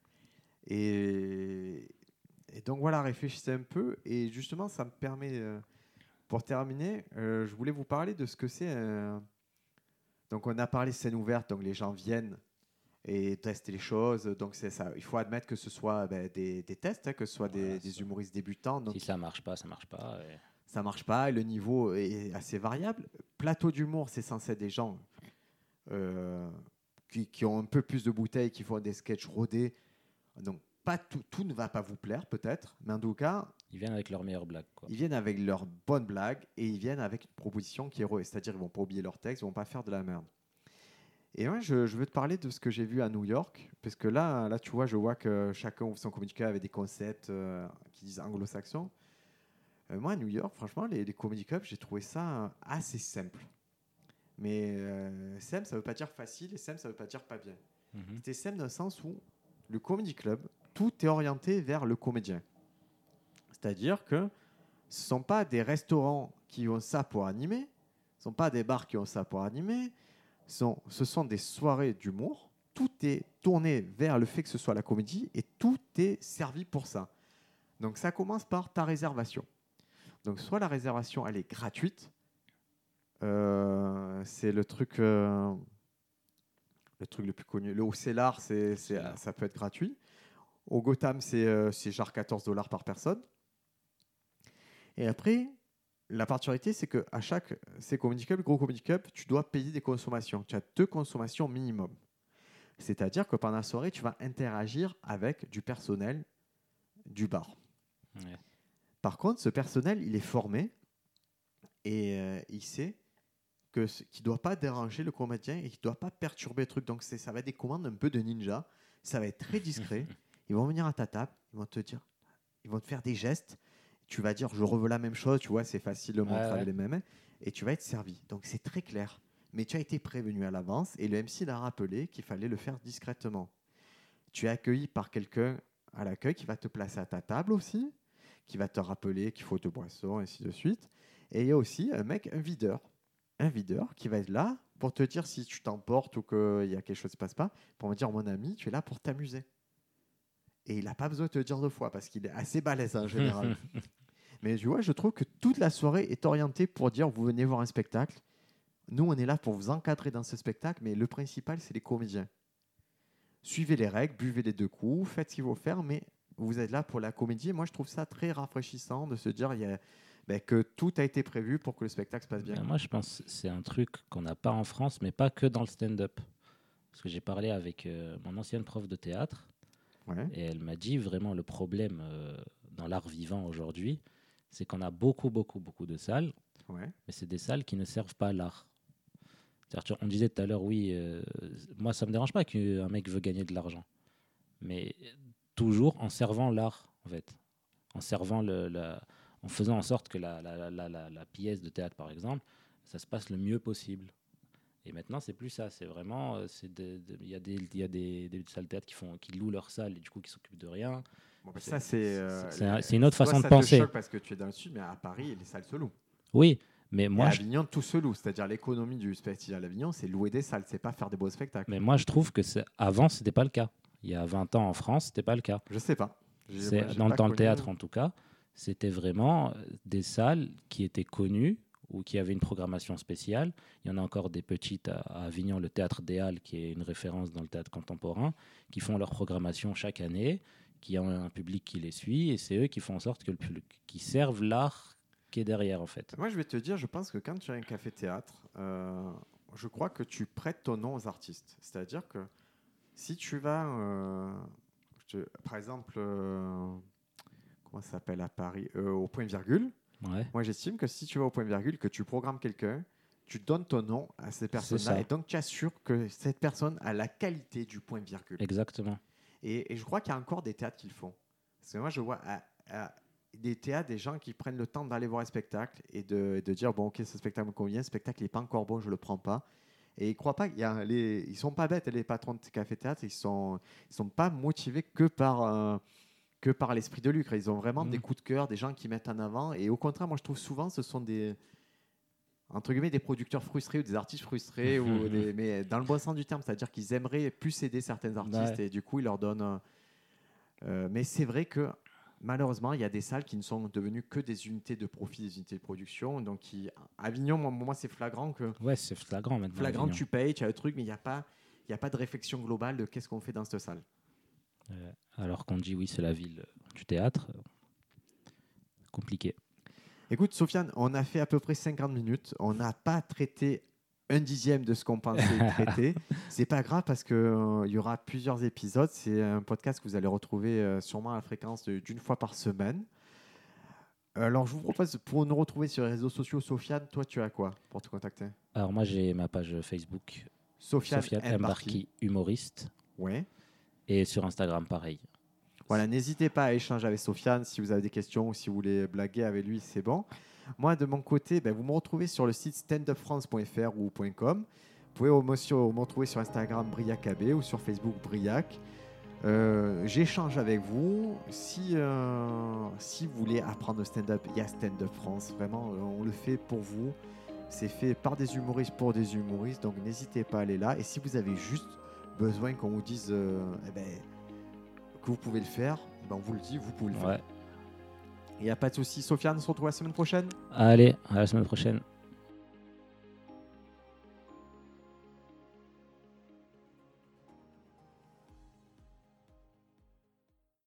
S1: Et, et donc voilà, réfléchissez un peu. Et justement, ça me permet, euh, pour terminer, euh, je voulais vous parler de ce que c'est. Euh, donc on a parlé scène ouverte, donc les gens viennent et testent les choses. Donc c'est ça. Il faut admettre que ce soit ben, des, des tests, hein, que ce soit des,
S2: Voilà,
S1: des
S2: ça.
S1: humoristes débutants. Donc
S2: Si ça marche pas, ça marche pas. Et...
S1: ça marche pas, et le niveau est assez variable. Plateau d'humour, c'est censé être des gens euh, qui, qui ont un peu plus de bouteilles, qui font des sketchs rodés. Donc, pas tout, tout ne va pas vous plaire, peut-être, mais en tout cas,
S2: Ils viennent avec leurs meilleures blagues. Quoi.
S1: ils viennent avec leurs bonnes blagues et ils viennent avec une proposition qui est rodée. C'est-à-dire qu'ils vont pas oublier leur texte, ils vont pas faire de la merde. Et moi, je, je veux te parler de ce que j'ai vu à New York, parce que là, là, tu vois, je vois que chacun ouvre son communiqué avec des concepts euh, qui disent anglo-saxons. Euh, moi, à New York, franchement, les, les comedy clubs, j'ai trouvé ça assez simple. Mais euh, simple, ça veut pas dire facile, et simple, ça veut pas dire pas bien.
S2: Mm-hmm.
S1: C'était simple dans le sens où le comedy club, tout est orienté vers le comédien. C'est-à-dire que ce ne sont pas des restaurants qui ont ça pour animer, ce ne sont pas des bars qui ont ça pour animer, ce sont, ce sont des soirées d'humour. Tout est tourné vers le fait que ce soit la comédie et tout est servi pour ça. Donc ça commence par ta réservation. Donc soit la réservation elle est gratuite, euh, c'est le truc, euh, le truc le plus connu. Le au Cellar, c'est, c'est, ça peut être gratuit. Au Gotham, c'est, euh, c'est genre quatorze dollars par personne. Et après, la particularité, c'est qu'à chaque ces comedy club, gros comedy club, tu dois payer des consommations. Tu as deux consommations minimum. C'est-à-dire que pendant la soirée, tu vas interagir avec du personnel du bar.
S2: Ouais.
S1: Par contre, ce personnel, il est formé et euh, il sait que ce, qu'il ne doit pas déranger le comédien et qu'il ne doit pas perturber le truc. Donc, c'est, ça va être des commandes un peu de ninja. Ça va être très discret. Ils vont venir à ta table, ils vont te dire, ils vont te faire des gestes. Tu vas dire, je reveux la même chose, tu vois, c'est facile de montrer
S2: ouais, ouais.
S1: les mêmes. Et tu vas être servi. Donc, c'est très clair. Mais tu as été prévenu à l'avance et le M C l'a rappelé qu'il fallait le faire discrètement. Tu es accueilli par quelqu'un à l'accueil qui va te placer à ta table aussi, qui va te rappeler qu'il faut deux boissons, et ainsi de suite. Et il y a aussi un mec, un videur, un videur qui va être là pour te dire si tu t'emportes ou qu'il y a quelque chose qui ne se passe pas, pour me dire, mon ami, tu es là pour t'amuser. Et il n'a pas besoin de te le dire deux fois parce qu'il est assez balèze en général. Mais tu vois, je trouve que toute la soirée est orientée pour dire, vous venez voir un spectacle, nous, on est là pour vous encadrer dans ce spectacle, mais le principal, c'est les comédiens. Suivez les règles, buvez les deux coups, faites ce qu'il faut faire, mais vous êtes là pour la comédie. Et moi, je trouve ça très rafraîchissant de se dire il y a, ben, que tout a été prévu pour que le spectacle se passe bien.
S2: Ben, moi, je pense que c'est un truc qu'on n'a pas en France, mais pas que dans le stand-up. Parce que j'ai parlé avec euh, mon ancienne prof de théâtre,
S1: Ouais.
S2: et elle m'a dit vraiment le problème euh, dans l'art vivant aujourd'hui, c'est qu'on a beaucoup, beaucoup, beaucoup de salles,
S1: Ouais.
S2: mais c'est des salles qui ne servent pas l'art. C'est-à-dire, on disait tout à l'heure, oui, euh, moi, ça ne me dérange pas qu'un mec veut gagner de l'argent, mais toujours en servant l'art, en fait. En servant le, la, en faisant en sorte que la, la, la, la, la pièce de théâtre, par exemple, ça se passe le mieux possible. Et maintenant, c'est plus ça. C'est vraiment, il de, de, y a des, y a des, des salles de théâtre qui font, qui louent leurs salles et du coup qui s'occupent de rien.
S1: Bon, ben, ça, c'est, euh,
S2: c'est, c'est, c'est une autre
S1: toi,
S2: façon
S1: ça
S2: de penser.
S1: te choque parce que tu es dans le sud, mais à Paris, les salles se louent.
S2: Oui, mais moi,
S1: et à
S2: je...
S1: Avignon, tout se loue. C'est-à-dire l'économie du festival d'Avignon, c'est louer des salles, c'est pas faire des beaux spectacles.
S2: mais moi, je trouve que c'est... avant, c'était pas le cas. Il y a vingt ans en France, c'était pas le cas.
S1: Je sais pas. J'ai,
S2: C'est,
S1: moi, j'ai
S2: dans,
S1: pas
S2: dans le
S1: connu...
S2: théâtre, en tout cas, c'était vraiment des salles qui étaient connues ou qui avaient une programmation spéciale. Il y en a encore des petites à, à Avignon, le Théâtre des Halles, qui est une référence dans le théâtre contemporain, qui font leur programmation chaque année, qui ont un public qui les suit, et c'est eux qui font en sorte que le public, qui servent l'art qui est derrière, en fait.
S1: Moi, je vais te dire, je pense que quand tu as un café-théâtre, euh, je crois que tu prêtes ton nom aux artistes. C'est-à-dire que si tu vas, euh, je te- par exemple, euh, comment ça s'appelle à Paris, euh, au point virgule,
S2: Ouais.
S1: moi j'estime que si tu vas au point virgule, que tu programmes quelqu'un, tu donnes ton nom à cette personne-là, et donc tu assures que cette personne a la qualité du point virgule.
S2: Exactement.
S1: Et, et je crois qu'il y a encore des théâtres qui le font. Parce que moi, je vois à, à des théâtres, des gens qui prennent le temps d'aller voir un spectacle et de, de dire, bon, ok, ce spectacle me convient, ce spectacle n'est pas encore bon, je ne le prends pas. Et ils croient pas, il y a les, ils sont pas bêtes, les patrons de café-théâtre, ils sont, ils sont pas motivés que par, euh, que par l'esprit de lucre. Ils ont vraiment
S2: Mmh.
S1: des coups de cœur, des gens qui mettent en avant. Et au contraire, moi, je trouve souvent, ce sont des, entre guillemets, des producteurs frustrés ou des artistes frustrés, ou des, mais dans le bon sens du terme, c'est-à-dire qu'ils aimeraient plus aider certains artistes,
S2: Ouais.
S1: et du coup, ils leur donnent. Euh, mais c'est vrai que malheureusement, il y a des salles qui ne sont devenues que des unités de profit, des unités de production. Donc, qui, Avignon, moi, moi, c'est flagrant que.
S2: Ouais, c'est flagrant maintenant.
S1: Flagrant,
S2: Avignon.
S1: tu payes, tu as le truc, mais il n'y a pas, il y a pas de réflexion globale de qu'est-ce qu'on fait dans cette salle.
S2: Euh, alors qu'on dit oui, c'est la ville du théâtre. Compliqué.
S1: Écoute, Sofiane, on a fait à peu près cinquante minutes. On n'a pas traité un dixième de ce qu'on pensait traiter. C'est pas grave parce qu'il euh, y aura plusieurs épisodes. C'est un podcast que vous allez retrouver euh, sûrement à la fréquence de, d'une fois par semaine. Alors, je vous propose, pour nous retrouver sur les réseaux sociaux, Sofiane, toi, tu as quoi pour te contacter?
S2: Alors moi, j'ai ma page Facebook,
S1: Sofiane,
S2: Sofiane
S1: Mbarki.
S2: Mbarki, humoriste.
S1: Ouais.
S2: Et sur Instagram, pareil.
S1: Voilà, n'hésitez pas à échanger avec Sofiane si vous avez des questions ou si vous voulez blaguer avec lui, c'est bon. Moi, de mon côté, ben, vous me retrouvez sur le site stand up france point f r ou .com. Vous pouvez aussi me retrouver sur Instagram Briac A B ou sur Facebook Briac. Euh, j'échange avec vous. Si, euh, si vous voulez apprendre le stand-up, il y a Stand Up France. Vraiment, euh, on le fait pour vous. C'est fait par des humoristes pour des humoristes. Donc, n'hésitez pas à aller là. Et si vous avez juste besoin qu'on vous dise euh, eh ben, que vous pouvez le faire, ben, on vous le dit, vous pouvez le faire.
S2: Ouais.
S1: Il n'y a pas de souci. Sofiane, on se retrouve la semaine prochaine.
S2: Allez, à la semaine prochaine.